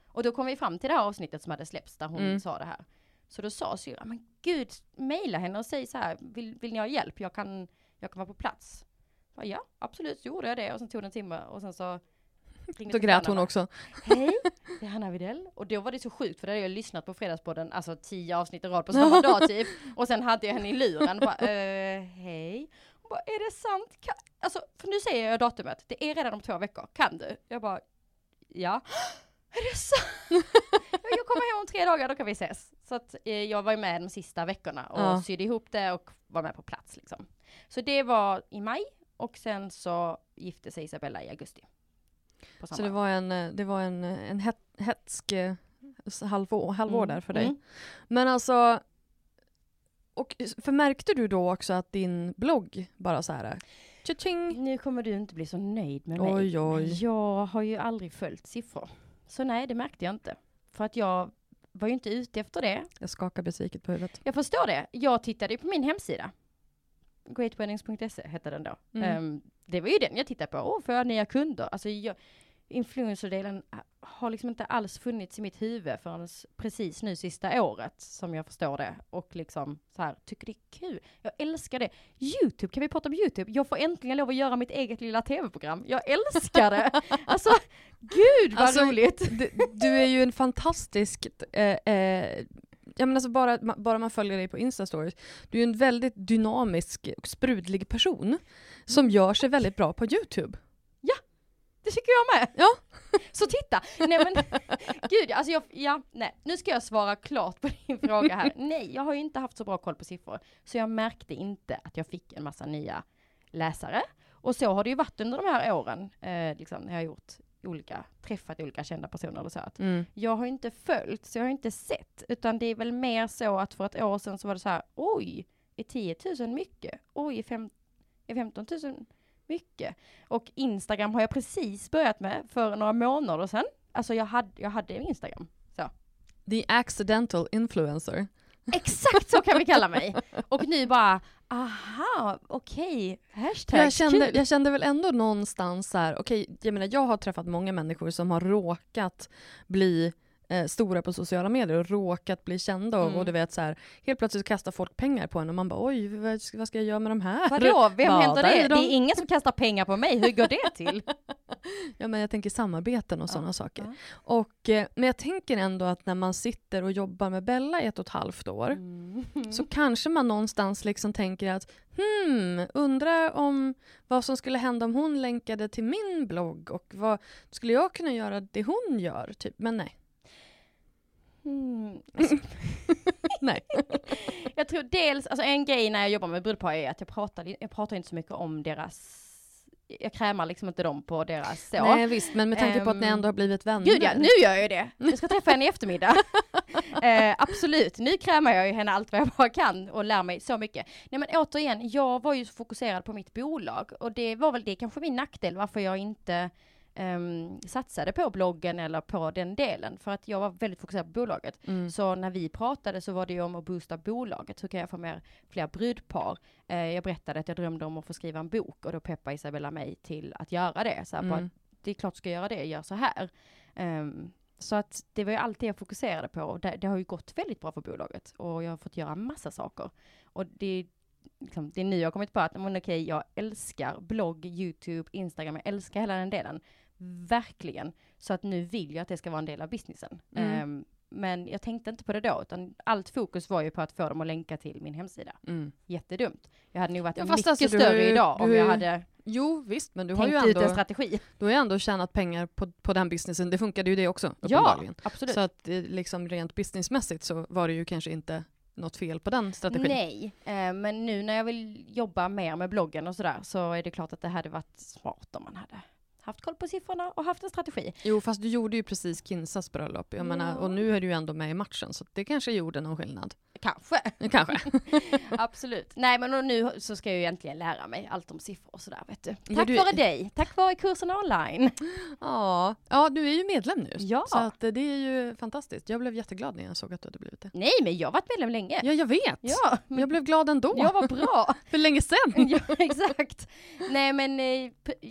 Och då kom vi fram till det här avsnittet som hade släppts där hon sa det här. Så då sa syrran, men gud, mejla henne och säg så här, vill ni ha hjälp? Jag kan vara på plats. Ja, absolut, så gjorde jag det. Och sen tog det en timme och sen så då grät hon också. Hej, det är Hanna Widell. Och då var det så sjukt för det hade jag lyssnat på Fredagspodden, alltså 10 avsnitt i rad på samma dag typ. Och sen hade jag henne i luren och bara, hej. Och bara, är det sant? Alltså, för nu säger jag datumet, det är redan om 2 veckor. Kan du? Jag bara, ja. Är det sant? Jag kommer hem om 3 dagar, då kan vi ses. Så att jag var med de sista veckorna och sydde ihop det och var med på plats liksom. Så det var i maj och sen så gifte sig Isabella i augusti. Så det var en hetsk halvår där för dig. Men alltså, och förmärkte du då också att din blogg bara så här, tjing. Nu kommer du inte bli så nöjd med mig. Oj. Jag har ju aldrig följt siffror. Så nej, det märkte jag inte. För att jag var ju inte ute efter det. Jag skakar besviket på huvudet. Jag förstår det. Jag tittade ju på min hemsida. Greatweddings.se hette den då. Det var ju den jag tittade på. För nya kunder. Alltså influencerdelen har liksom inte alls funnits i mitt huvud förrän precis nu sista året som jag förstår det. Och liksom så här, tycker det är kul. Jag älskar det. YouTube, kan vi prata om YouTube? Jag får äntligen lov att göra mitt eget lilla tv-program. Jag älskar det. Alltså, gud vad roligt. Du är ju en fantastisk... Jag menar alltså bara man följer dig på Insta-stories. Du är en väldigt dynamisk och sprudlig person som gör sig väldigt bra på YouTube. Ja, det tycker jag med. Ja. Så titta. Nej men, gud, alltså nej. Nu ska jag svara klart på din fråga här. Nej, jag har ju inte haft så bra koll på siffror. Så jag märkte inte att jag fick en massa nya läsare. Och så har det ju varit under de här åren. Liksom, när jag har träffat olika kända personer och så att jag har inte följt, så jag har inte sett, utan det är väl mer så att för ett år sedan så var det så här, oj, är 10 000 mycket? Oj, är 15 000 mycket? Och Instagram har jag precis börjat med för några månader sedan. Alltså jag hade Instagram. Så. The accidental influencer. Exakt så kan vi kalla mig. Och nu bara, aha, okej, hashtag. Jag kände väl ändå någonstans så här, okej, jag menar, jag har träffat många människor som har råkat bli stora på sociala medier och råkat bli kända och du vet så här, helt plötsligt kastar folk pengar på en och man bara, oj, vad ska jag göra med de här? Vadå? Vem hämtar det? Det är ingen som kastar pengar på mig. Hur går det till? Ja, men jag tänker samarbeten och sådana saker. Och, men jag tänker ändå att när man sitter och jobbar med Bella i 1,5 år så kanske man någonstans liksom tänker att undrar om vad som skulle hända om hon länkade till min blogg och vad skulle jag kunna göra det hon gör? Typ. Men nej. Nej. Jag tror dels, alltså en grej när jag jobbar med brudpar är att jag pratar inte så mycket om deras, jag krämar liksom inte dem på deras så. Nej visst, men med tanke på att ni ändå har blivit vänner. Gud ja, nu gör jag det. Jag ska träffa henne i eftermiddag. Absolut, nu krämar jag ju henne allt vad jag bara kan och lär mig så mycket. Nej men återigen, jag var ju så fokuserad på mitt bolag och det var väl det kanske min nackdel varför jag inte satsade på bloggen eller på den delen, för att jag var väldigt fokuserad på bolaget. Så när vi pratade så var det ju om att boosta bolaget. Hur kan jag få fler brudpar? Jag berättade att jag drömde om att få skriva en bok och då peppade Isabella mig till att göra det. Så här, bara, det är klart ska jag göra det, gör så här. Så att det var ju allt det jag fokuserade på och det har ju gått väldigt bra för bolaget och jag har fått göra massa saker. Och det är nu jag har kommit på att jag älskar blogg, YouTube, Instagram, jag älskar hela den delen. Verkligen. Så att nu vill jag att det ska vara en del av businessen. Men jag tänkte inte på det då, utan allt fokus var ju på att få dem att länka till min hemsida. Jättedumt. Jag hade nog varit mycket större idag om jag hade men du tänkt har ju ändå ut en strategi. Du har ju ändå tjänat pengar på den businessen. Det funkade ju det också, uppenbarligen. Ja, absolut. Så att liksom rent businessmässigt så var det ju kanske inte något fel på den strategin. Nej, men nu när jag vill jobba mer med bloggen och sådär så är det klart att det hade varit smart om man hade haft koll på siffrorna och haft en strategi. Jo, fast du gjorde ju precis Kinsas bröllop. Jag menar, och nu är du ju ändå med i matchen så det kanske gjorde någon skillnad. Kanske. Absolut. Nej, men nu så ska jag ju egentligen lära mig allt om siffror och sådär, vet du. Tack vare dig. Tack vare kursen online. Ja, du är ju medlem nu. Ja. Så att det är ju fantastiskt. Jag blev jätteglad när jag såg att du hade blivit det. Nej, men jag har varit medlem länge. Ja, jag vet. Ja, men jag blev glad ändå. Jag var bra. För länge sedan. Ja, exakt. Nej, men ja.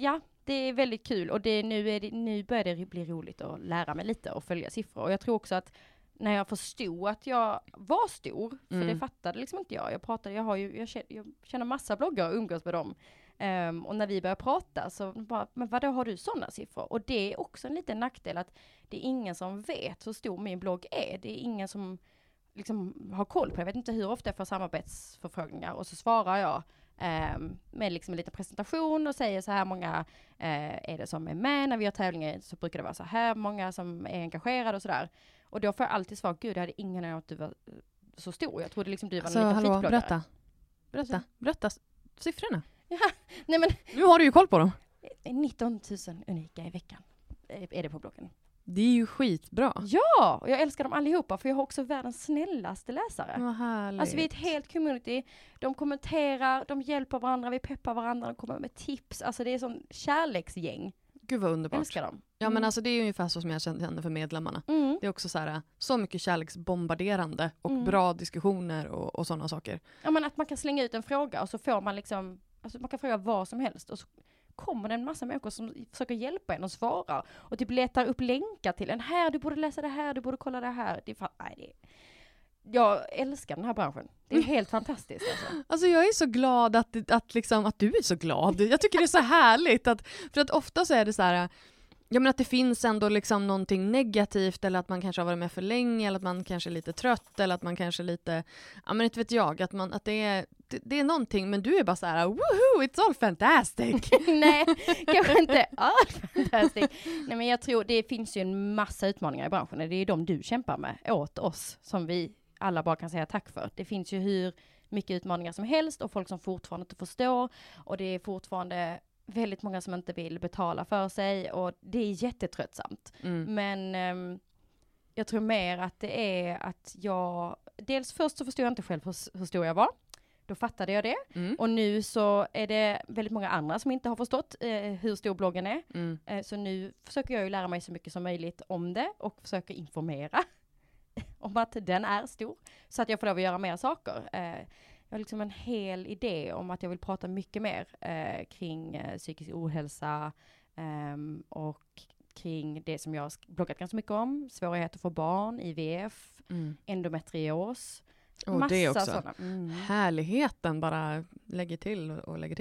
det är väldigt kul och nu börjar det bli roligt att lära mig lite och följa siffror. Och jag tror också att när jag förstod att jag var stor, för det fattade liksom inte jag. Jag känner massa bloggare och umgås med dem. Och när vi börjar prata så bara, men vadå, har du sådana siffror? Och det är också en liten nackdel att det är ingen som vet hur stor min blogg är. Det är ingen som liksom har koll på det. Jag vet inte hur ofta jag får samarbetsförfrågningar och så svarar jag med liksom en liten presentation och säger så här många är det som är med när vi gör tävlingar, så brukar det vara så här många som är engagerade och sådär. Och då får jag alltid svar, gud, jag hade ingen aning om att du var så stor. Jag trodde liksom du var en liten fitbloggare. Berätta siffrorna. Ja, nej men nu har du ju koll på dem. 19 000 unika i veckan är det på bloggen. Det är ju skitbra. Ja, och jag älskar dem allihopa för jag har också världens snällaste läsare. Vad härligt. Alltså vi är ett helt community. De kommenterar, de hjälper varandra, vi peppar varandra, de kommer med tips. Alltså det är sån kärleksgäng. Gud vad underbart. Jag älskar dem. Ja men alltså det är ungefär så som jag känner för medlemmarna. Det är också så mycket kärleksbombarderande och bra diskussioner och sådana saker. Ja men att man kan slänga ut en fråga och så får man liksom, alltså man kan fråga vad som helst och så kommer det en massa människor som försöker hjälpa en och svara och typ letar upp länkar till en här, du borde läsa det här, du borde kolla det här. Jag älskar den här branschen. Det är helt fantastiskt. Alltså jag är så glad att du är så glad. Jag tycker det är så härligt. För att ofta så är det så här, ja, men att det finns ändå liksom någonting negativt eller att man kanske har varit med för länge eller att man kanske är lite trött eller att man kanske är lite, ja men inte vet jag, att det är någonting, men du är bara så här, woohoo, it's all fantastic. Nej, kanske inte all fantastic. Nej, men jag tror det finns ju en massa utmaningar i branschen. Det är de du kämpar med åt oss som vi alla bara kan säga tack för. Det finns ju hur mycket utmaningar som helst och folk som fortfarande inte förstår och det är fortfarande väldigt många som inte vill betala för sig och det är jättetröttsamt. Men jag tror mer att det är att dels först så förstod jag inte själv hur stor jag var. Då fattade jag det. Och nu så är det väldigt många andra som inte har förstått hur stor bloggen är. Så nu försöker jag ju lära mig så mycket som möjligt om det och försöker informera om att den är stor. Så att jag får lov att göra mer saker. Jag har liksom en hel idé om att jag vill prata mycket mer kring psykisk ohälsa och kring det som jag har bloggat ganska mycket om. Svårigheter för barn, IVF, endometrios. Och det är också sådana. Härligheten bara lägger till.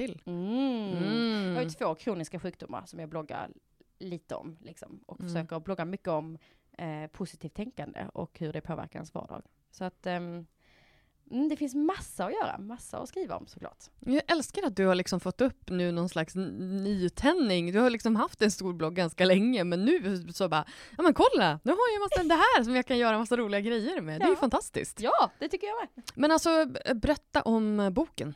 Jag har ju 2 kroniska sjukdomar som jag bloggar lite om. Liksom, och försöker blogga mycket om positivt tänkande och hur det påverkar ens vardag. Så att det finns massa att göra, massa att skriva om såklart. Jag älskar att du har liksom fått upp nu någon slags nytändning. Du har liksom haft en stor blogg ganska länge, men nu så bara, ja men kolla, nu har jag massa det här som jag kan göra massa roliga grejer med. Det är ju fantastiskt. Ja, det tycker jag med. Men alltså, berätta om boken.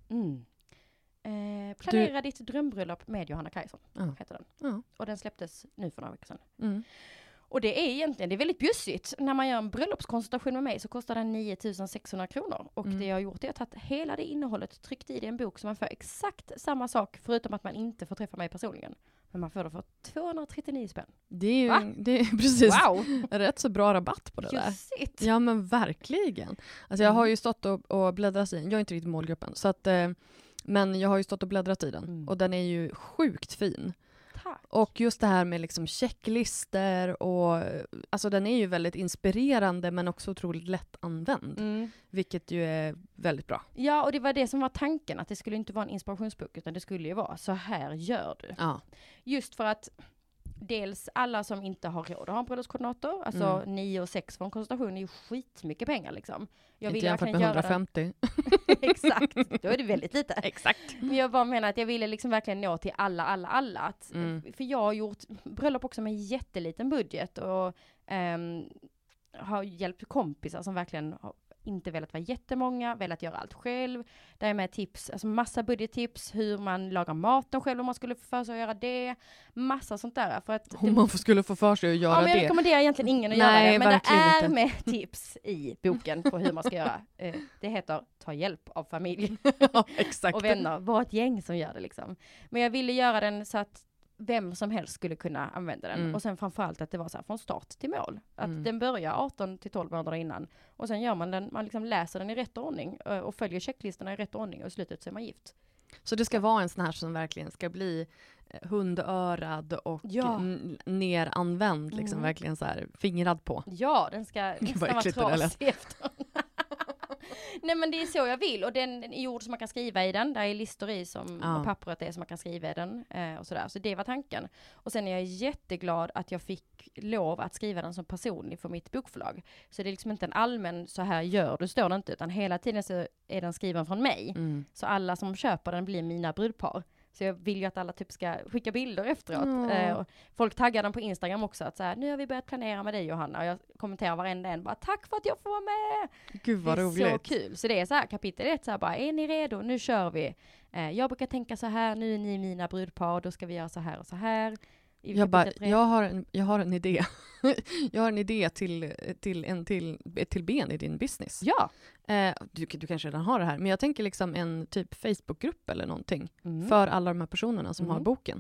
Planera ditt drömbröllop med Johanna Kajson, heter den. Och den släpptes nu för några veckor sedan. Och det är väldigt bjussigt. När man gör en bröllopskonsultation med mig så kostar den 9 600 kronor. Och det jag har gjort är att ta hela det innehållet, tryckt i det i en bok så man får exakt samma sak förutom att man inte får träffa mig personligen. Men man får det för 239 spänn. Det är precis rätt så bra rabatt på det Jussigt. där. Ja men verkligen. Alltså jag har ju stått och bläddrat i den. Jag är inte riktigt målgruppen. Så att, men jag har ju stått och bläddrat i den. Och den är ju sjukt fin. Tack. Och just det här med liksom checklister och alltså den är ju väldigt inspirerande men också otroligt lätt använd. Vilket ju är väldigt bra. Ja, och det var det som var tanken, att det skulle inte vara en inspirationsbok utan det skulle ju vara så här gör du. Ja. Just för att dels alla som inte har råd att ha en bröllopskoordinator, alltså 9 och 6 för en konsultation är ju skitmycket pengar liksom. Jag inte jämfört med 150. Exakt, då är det väldigt lite. Exakt. Men jag bara menar att jag ville liksom verkligen nå till alla. För jag har gjort bröllop också med en jätteliten budget och har hjälpt kompisar som verkligen har inte velat vara jättemånga, velat göra allt själv. Där är med tips, alltså massa budgettips, hur man lagar maten själv om man skulle få för sig att göra det. Massa sånt där. För att om man skulle få för sig att göra det. Men jag rekommenderar egentligen ingen att göra det. Men det är med tips i boken på hur man ska göra. Det heter Ta hjälp av familj. Exakt. Och vänner. Var ett gäng som gör det liksom. Men jag ville göra den så att vem som helst skulle kunna använda den. Och sen framförallt att det var så här från start till mål. Att den börjar 18 till 12 månader innan. Och sen gör man den, man liksom läser den i rätt ordning och följer checklistorna i rätt ordning och i slutet så är man gift. Så det ska vara en sån här som verkligen ska bli hundörad och neranvänd, liksom verkligen så här fingrad på. Ja, den ska vara trasig efter. Nej, men det är så jag vill. Och den är gjord som man kan skriva i den. Där är listor i och pappret är som man kan skriva i den. Och sådär. Så det var tanken. Och sen är jag jätteglad att jag fick lov att skriva den som personlig för mitt bokförlag. Så det är liksom inte en allmän så här gör du, står det inte. Utan hela tiden så är den skriven från mig. Så alla som köper den blir mina brudpar. Så jag vill ju att alla typ ska skicka bilder efteråt. Och folk taggar den på Instagram också. Att så här, nu har vi börjat planera med dig, Johanna. Och jag kommenterar varenda en. Bara, tack för att jag får vara med. Gud vad roligt. Det är så kul. Så det är så här, kapitel 1. Så här, bara, är ni redo? Nu kör vi. Jag brukar tänka så här. Nu är ni mina brudpar. Då ska vi göra så här och så här. Jag har en idé. Jag har en idé till ben i din business. Ja. Du kanske redan har det här. Men jag tänker liksom en typ Facebookgrupp eller någonting. För alla de här personerna som har boken.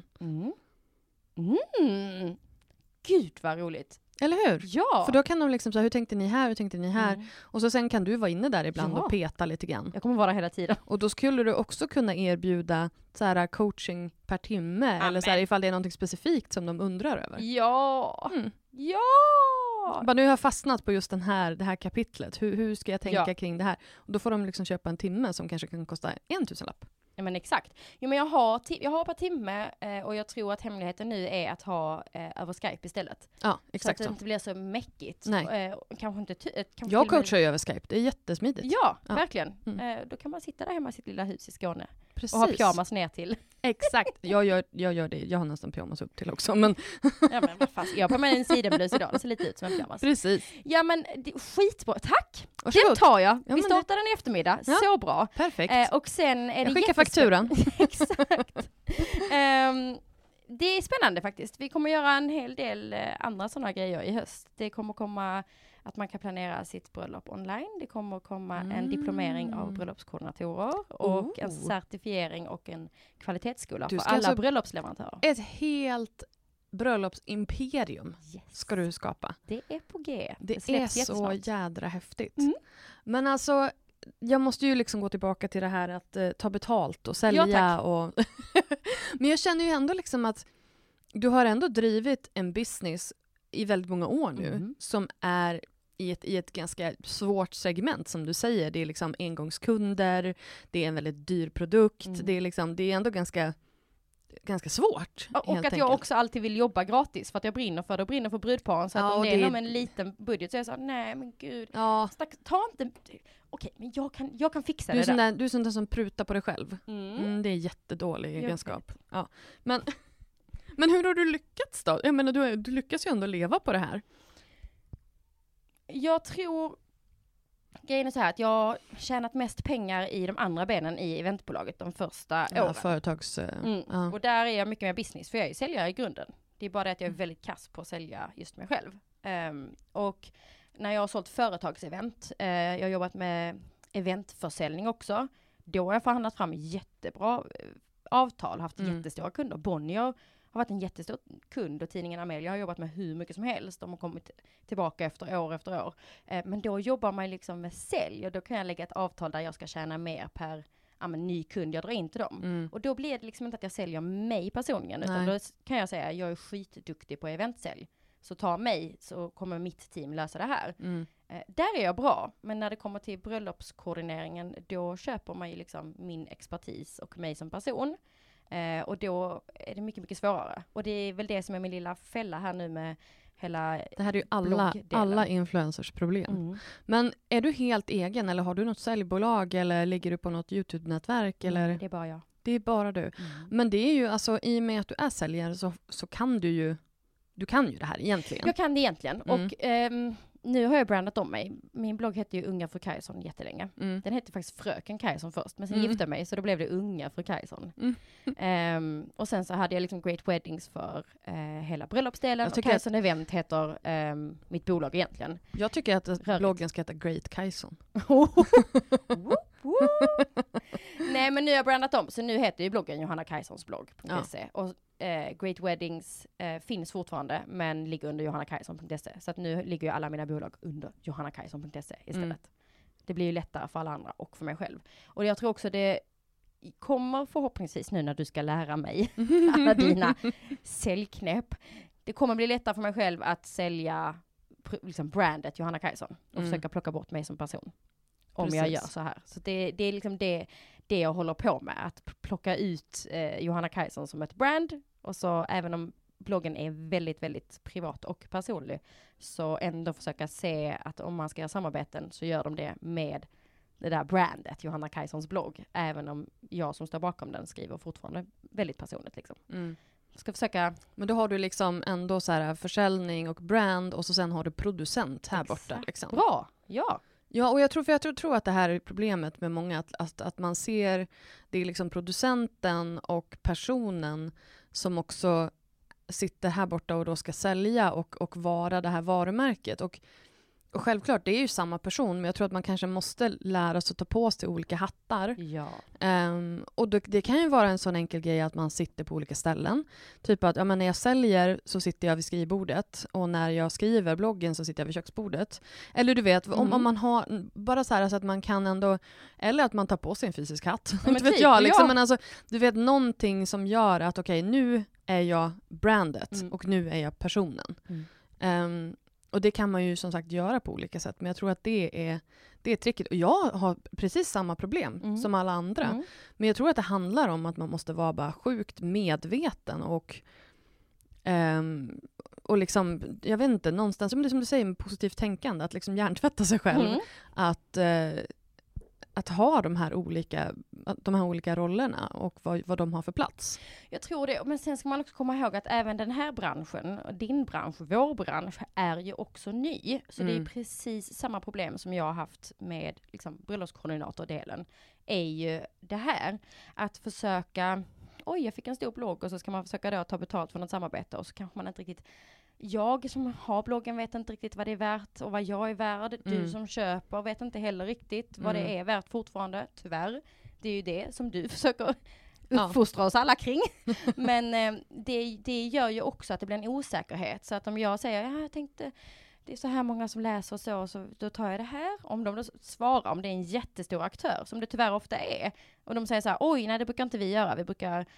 Gud vad roligt. Eller hur? Ja. För då kan de liksom säga, hur tänkte ni här, hur tänkte ni här? Och så sen kan du vara inne där ibland och peta lite grann. Jag kommer vara hela tiden. Och då skulle du också kunna erbjuda så här coaching per timme. Eller så här, ifall det är något specifikt som de undrar över. Ja. Ja. Bara nu har jag fastnat på just det här kapitlet. Hur ska jag tänka kring det här? Och då får de liksom köpa en timme som kanske kan kosta 1,000-lapp. Ja, men exakt. Jo, men jag har per timme och jag tror att hemligheten nu är att ha över Skype istället. Ja, exakt så. Att det inte blir så mäckigt. Nej. Kanske inte jag coachar ju över Skype, det är jättesmidigt. Ja, verkligen. Då kan man sitta där hemma i sitt lilla hus i Skåne. Precis. Och ha pyjamas ner till. Exakt, jag gör det. Jag har nästan pyjamas upp till också. Men ja, men vad fan. Jag har på mig en sidenblus idag, det ser lite ut som en pyjamas. Precis. Ja, men skitbra. Tack! Varsågod. Den tar jag. Ja, vi startar den i eftermiddag. Ja. Så bra. Perfekt. Och sen är jag skickar fakturan. Exakt. Det är spännande faktiskt. Vi kommer göra en hel del andra sådana grejer i höst. Det kommer komma att man kan planera sitt bröllop online. Det kommer komma en diplomering av bröllopskoordinatorer och en certifiering och en kvalitetsskola för alla bröllopsleverantörer. Ett helt bröllopsimperium ska du skapa. Det är på G. Det är så jädra häftigt. Men alltså, jag måste ju liksom gå tillbaka till det här att ta betalt och sälja. Ja, men jag känner ju ändå liksom att du har ändå drivit en business i väldigt många år nu som är i ett ganska svårt segment som du säger. Det är liksom engångskunder, det är en väldigt dyr produkt, det är ändå ganska svårt. Och att jag också alltid vill jobba gratis för att jag brinner för brudparen. Så att om det är en liten budget så är jag så nej men gud. Ja. Ta inte... Okej, men jag kan fixa det där. Du är sån där som prutar på dig själv. Det är jättedålig egenskap. Ja. Men hur har du lyckats då? Jag menar, du lyckas ju ändå leva på det här. Jag tror... Grejen är så här att jag har tjänat mest pengar i de andra benen i eventbolaget de första åren. Och där är jag mycket mer business, för jag är säljare i grunden. Det är bara det att jag är väldigt kass på att sälja just mig själv. Och när jag har sålt företagsevent, jag har jobbat med eventförsäljning också, då har jag förhandlat fram jättebra avtal, haft jättestora kunder. Bonnier har varit en jättestor kund och tidningen Amelia har jobbat med hur mycket som helst. De har kommit tillbaka efter år. Men då jobbar man liksom med sälj och då kan jag lägga ett avtal där jag ska tjäna mer per ny kund jag drar in till dem. Och då blir det liksom inte att jag säljer mig personligen, utan då kan jag säga att jag är skitduktig på eventsälj. Så ta mig så kommer mitt team lösa det här. Där är jag bra, men när det kommer till bröllopskoordineringen då köper man ju liksom min expertis och mig som person. Och då är det mycket, mycket svårare. Och det är väl det som är min lilla fälla här nu med hela det här är ju alla influencers problem. Men är du helt egen eller har du något säljbolag eller ligger du på något YouTube-nätverk? Eller? Det är bara jag. Det är bara du. Men det är ju alltså, i och med att du är säljare så kan du ju det här egentligen. Jag kan det egentligen. Och nu har jag brandat om mig. Min blogg hette ju Unga fru Kajson jättelänge. Den hette faktiskt Fröken Kajson först. Men sen gifte jag mig så då blev det Unga fru Kajson. Och sen så hade jag liksom Great Weddings för hela bröllopsdelen. Och Kajson Event heter mitt bolag egentligen. Jag tycker att bloggen ska heta Great Kajson. Nej, men nu har jag brandat om. Så nu heter ju bloggen johannakajsonsblogg.se. Och Great Weddings finns fortfarande men ligger under johannakajson.se. Så att nu ligger ju alla mina bolag under johannakajson.se istället. Det blir ju lättare för alla andra och för mig själv. Och jag tror också det kommer förhoppningsvis nu när du ska lära mig alla dina säljknäpp. Det kommer bli lättare för mig själv att sälja liksom brandet Johanna Kajson och försöka plocka bort mig som person. Om jag gör så här. Så det är liksom det jag håller på med. Att plocka ut Johanna Kajson som ett brand. Och så även om bloggen är väldigt, väldigt privat och personlig. Så ändå försöka se att om man ska göra samarbeten så gör de det med det där brandet, Johanna Kajsons blogg. Även om jag som står bakom den skriver fortfarande väldigt personligt liksom. Ska försöka... Men då har du liksom ändå så här försäljning och brand och så sen har du producent här borta. Liksom. Bra, ja. Ja, och jag tror att det här är problemet med många, att man ser det är liksom producenten och personen som också sitter här borta och då ska sälja och vara det här varumärket. Och självklart, det är ju samma person, men jag tror att man kanske måste lära sig att ta på sig olika hattar. Ja. Och det kan ju vara en sån enkel grej att man sitter på olika ställen. Typ att när jag säljer så sitter jag vid skrivbordet och när jag skriver bloggen så sitter jag vid köksbordet. Eller du vet, om man har bara så här så att man kan ändå, eller att man tar på sig en fysisk hatt. Ja, inte vet jag liksom, men alltså, du vet någonting som gör att okej, nu är jag brandet och nu är jag personen. Och det kan man ju som sagt göra på olika sätt. Men jag tror att det är tricket. Och jag har precis samma problem som alla andra. Men jag tror att det handlar om att man måste vara bara sjukt medveten. Och liksom, jag vet inte, någonstans, som du säger med positivt tänkande. Att liksom hjärntvätta sig själv. Att ha de här olika rollerna och vad de har för plats. Jag tror det, men sen ska man också komma ihåg att även den här branschen, din bransch, vår bransch, är ju också ny. Så det är precis samma problem som jag har haft med liksom, bröllopskoordinatordelen. Är ju det här, att försöka, jag fick en stor blogg och så ska man försöka då ta betalt för något samarbete och så kanske man inte riktigt... Jag som har bloggen vet inte riktigt vad det är värt och vad jag är värd. Du som köper vet inte heller riktigt vad det är värt fortfarande, tyvärr. Det är ju det som du försöker uppfostra oss alla kring. Men det gör ju också att det blir en osäkerhet. Så att om jag säger, jag tänkte, det är så här många som läser och så då tar jag det här. Om de då svarar, om det är en jättestor aktör, som det tyvärr ofta är. Och de säger så här, nej det brukar inte vi göra. Vi brukar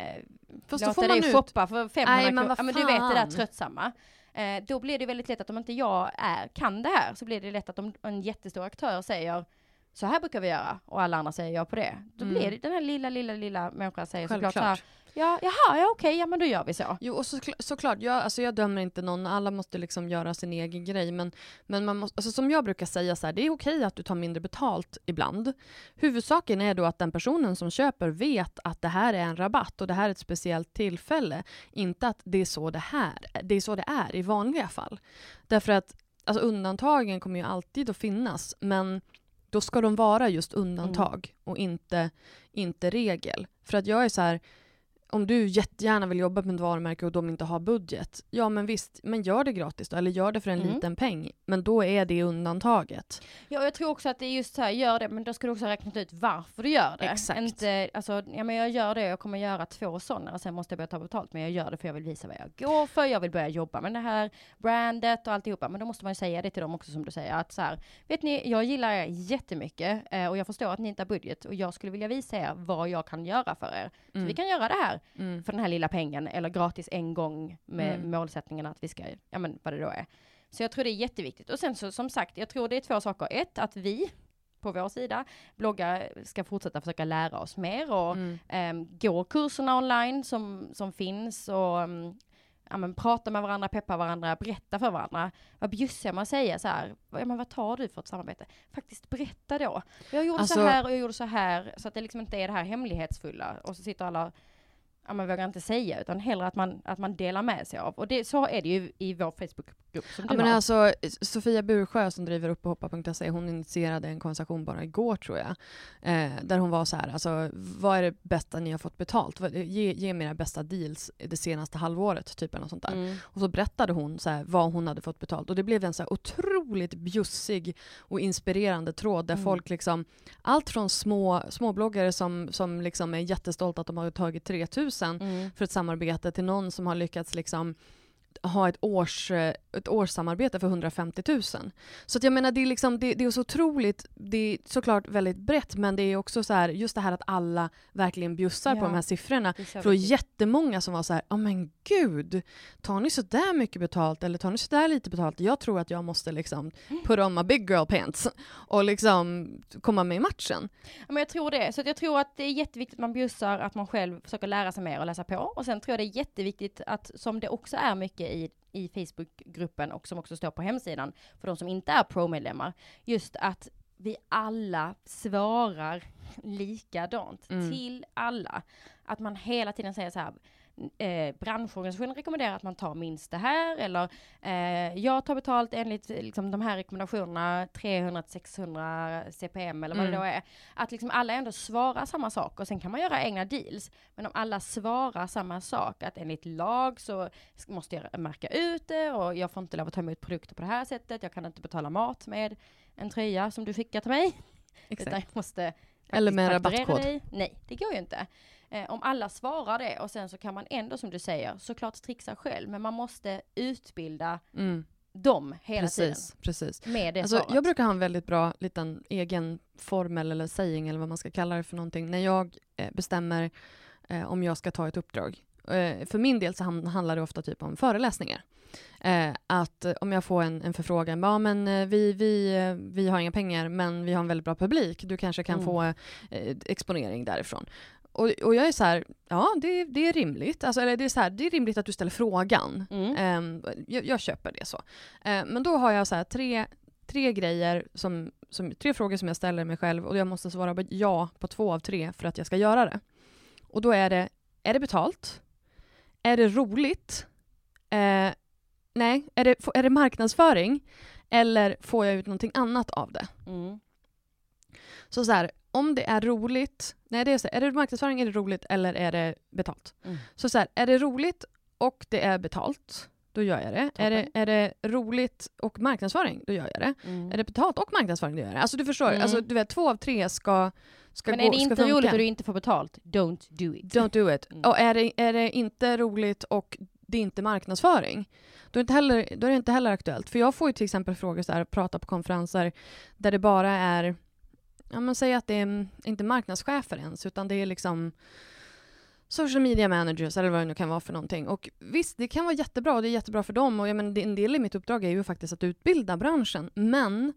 låta dig shoppa för 500 kronor. Men du vet det där tröttsamma. Då blir det väldigt lätt att om inte jag kan det här så blir det lätt att om en jättestor aktör säger så här brukar vi göra och alla andra säger ja på det. Då blir det den här lilla människan säger såklart så här, okej, men då gör vi så. Jo, och såklart, jag dömer inte någon, alla måste liksom göra sin egen grej, men man måste, alltså som jag brukar säga så här, det är okej att du tar mindre betalt ibland. Huvudsaken är då att den personen som köper vet att det här är en rabatt och det här är ett speciellt tillfälle, inte att det är så det är i vanliga fall. Därför att alltså, undantagen kommer ju alltid att finnas, men då ska de vara just undantag och inte regel. För att jag är så här, om du jättegärna vill jobba med ett varumärke och de inte har budget, ja men visst, men gör det gratis då, eller gör det för en liten peng, men då är det undantaget. Ja, jag tror också att det är just så här, gör det, men då ska du också räkna ut varför du gör det. Exakt. Inte, alltså, men jag gör det, jag kommer göra 2 sådana och sen måste jag börja ta betalt, men jag gör det för jag vill visa vad jag går för, jag vill börja jobba med det här brandet och alltihopa, men då måste man ju säga det till dem också som du säger, att så här, vet ni, jag gillar er jättemycket och jag förstår att ni inte har budget och jag skulle vilja visa er vad jag kan göra för er. Så vi kan göra det här för den här lilla pengen eller gratis en gång med målsättningen att vi ska, vad det då är. Så jag tror det är jätteviktigt. Och sen så som sagt, jag tror det är 2 saker. 1, att vi på vår sida bloggar ska fortsätta försöka lära oss mer och gå kurserna online som finns och prata med varandra, peppa varandra, berätta för varandra. Vad bjussiga man säger så här, vad tar du för ett samarbete? Faktiskt berätta då. Jag gjorde så här och jag gjorde så här, så att det liksom inte är det här hemlighetsfulla och så sitter alla man vågar inte säga, utan hellre att man delar med sig av. Och så är det ju i vår Facebookgrupp som du har. Alltså, Sofia Bursjö som driver uppehoppa.se, hon initierade en konversation bara igår tror jag. Där hon var så här, alltså, vad är det bästa ni har fått betalt? Ge mig era bästa deals det senaste halvåret, typ eller något sånt där. Och så berättade hon så här, vad hon hade fått betalt. Och det blev en så här otroligt bjussig och inspirerande tråd där folk liksom, allt från småbloggare som liksom är jättestolta att de har tagit 3000 för ett samarbete till någon som har lyckats liksom ha ett årssamarbete för 150 000. Så att jag menar, det är liksom, det är så otroligt, det är såklart väldigt brett, men det är också så här, just det här att alla verkligen bjussar på de här siffrorna. För det är jättemånga som var så här, men gud, tar ni så där mycket betalt eller tar ni så där lite betalt? Jag tror att jag måste liksom put on my big girl pants och liksom komma med i matchen. Ja, men jag tror det. Så att jag tror att det är jätteviktigt att man bjussar, att man själv försöker lära sig mer och läsa på. Och sen tror jag det är jätteviktigt att, som det också är mycket i Facebookgruppen och som också står på hemsidan för de som inte är pro-medlemmar, just att vi alla svarar likadant till alla. Att man hela tiden säger så här, branschorganisationen rekommenderar att man tar minst det här, eller jag tar betalt enligt liksom, de här rekommendationerna 300-600 CPM eller vad det då är. Att liksom alla ändå svarar samma sak och sen kan man göra egna deals. Men om alla svarar samma sak, att enligt lag så måste jag märka ut det och jag får inte lov att ta emot produkter på det här sättet, jag kan inte betala mat med en tröja som du skickar till mig. Exakt. Utan jag måste eller med rabattkod. Nej, det går ju inte. Om alla svarar det och sen så kan man ändå, som du säger, såklart trixa själv. Men man måste utbilda dem hela tiden. Precis. Med det svaret. Jag brukar ha en väldigt bra liten egen formel eller saying eller vad man ska kalla det för någonting. När jag bestämmer om jag ska ta ett uppdrag. För min del så handlar det ofta typ om föreläsningar. Att om jag får en förfrågan, ja men vi har inga pengar men vi har en väldigt bra publik. Du kanske kan få exponering därifrån. Och jag är så här, ja det är rimligt. Alltså, eller det är så här, det är rimligt att du ställer frågan. Jag köper det så. Men då har jag så här tre grejer tre frågor som jag ställer mig själv och jag måste svara ja på 2 av 3 för att jag ska göra det. Och då är det betalt? Är det roligt? Nej, är det marknadsföring? Eller får jag ut någonting annat av det? Så här, om det är roligt, nej det är så här, är det marknadsföring, är det roligt eller är det betalt? Så här, är det roligt och det är betalt, då gör jag det. Är det roligt och marknadsföring, då gör jag det. Är det betalt och marknadsföring, då gör jag det. Alltså du förstår, alltså, du vet 2 av 3 ska men är det inte roligt och du inte får betalt, don't do it. Don't do it. Och är det inte roligt och det är inte marknadsföring, då är det inte heller aktuellt. För jag får ju till exempel frågor så här, prata på konferenser där det bara är, ja men säg att det är inte marknadschefer ens, utan det är liksom social media managers eller vad det nu kan vara för någonting. Och visst, det kan vara jättebra och det är jättebra för dem. Och en del i mitt uppdrag är ju faktiskt att utbilda branschen. Men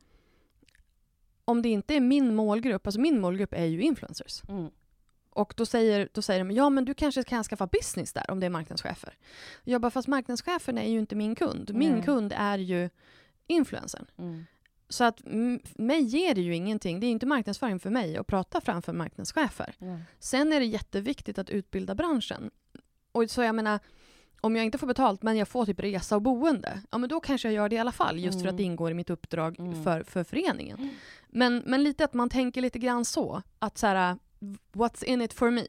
om det inte är min målgrupp, alltså min målgrupp är ju influencers. Och då säger de, ja men du kanske kan skaffa business där om det är marknadschefer. Jag bara, fast marknadscheferna är ju inte min kund. Min kund är ju influencern. Så att mig ger det ju ingenting. Det är inte marknadsföring för mig att prata framför marknadschefer. Sen är det jätteviktigt att utbilda branschen. Och så jag menar, om jag inte får betalt men jag får typ resa och boende, ja men då kanske jag gör det i alla fall, just för att det ingår i mitt uppdrag för föreningen. Men lite att man tänker lite grann så, att så här, what's in it for me?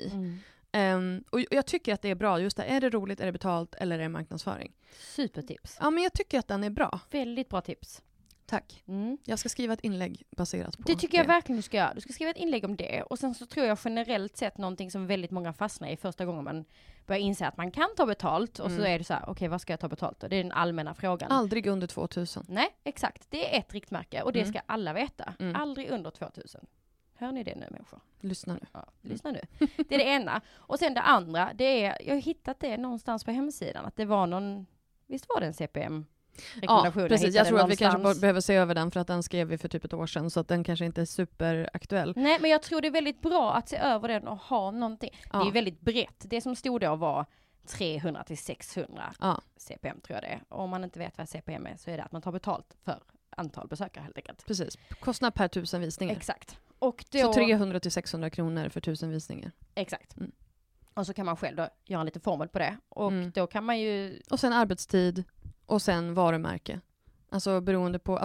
Och jag tycker att det är bra, just det, är det roligt, är det betalt eller är det marknadsföring? Supertips. Ja, men jag tycker att den är bra. Väldigt bra tips. Tack. Jag ska skriva ett inlägg baserat på det. Tycker jag verkligen du ska göra. Du ska skriva ett inlägg om det. Och sen så tror jag generellt sett någonting som väldigt många fastnar i första gången man börjar inse att man kan ta betalt. Och så är det så här, okej, vad ska jag ta betalt då? Det är den allmänna frågan. Aldrig under 2000. Nej, exakt. Det är ett riktmärke och det ska alla veta. Aldrig under 2000. Hör ni det nu, människor? Lyssna nu. Ja, lyssna nu. Det är det ena. Och sen det andra, det är, jag har hittat det någonstans på hemsidan. Att det var någon, visst var det en CPM? Ja, precis. Jag tror att vi kanske behöver se över den, för att den skrev vi för typ ett år sedan, så att den kanske inte är superaktuell. Nej, men jag tror det är väldigt bra att se över den och ha någonting. Ja. Det är väldigt brett. Det som stod då var 300 till 600 CPM tror jag det är. Och om man inte vet vad CPM är så är det att man tar betalt för antal besökare helt enkelt. Precis. Kostnad per 1000 visningar. Exakt. Och då... Så 300 till 600 kronor för 1000 visningar. Exakt. Och så kan man själv då göra en liten formel på det. Och då kan man ju... Och sen arbetstid. Och sen varumärke. Alltså beroende på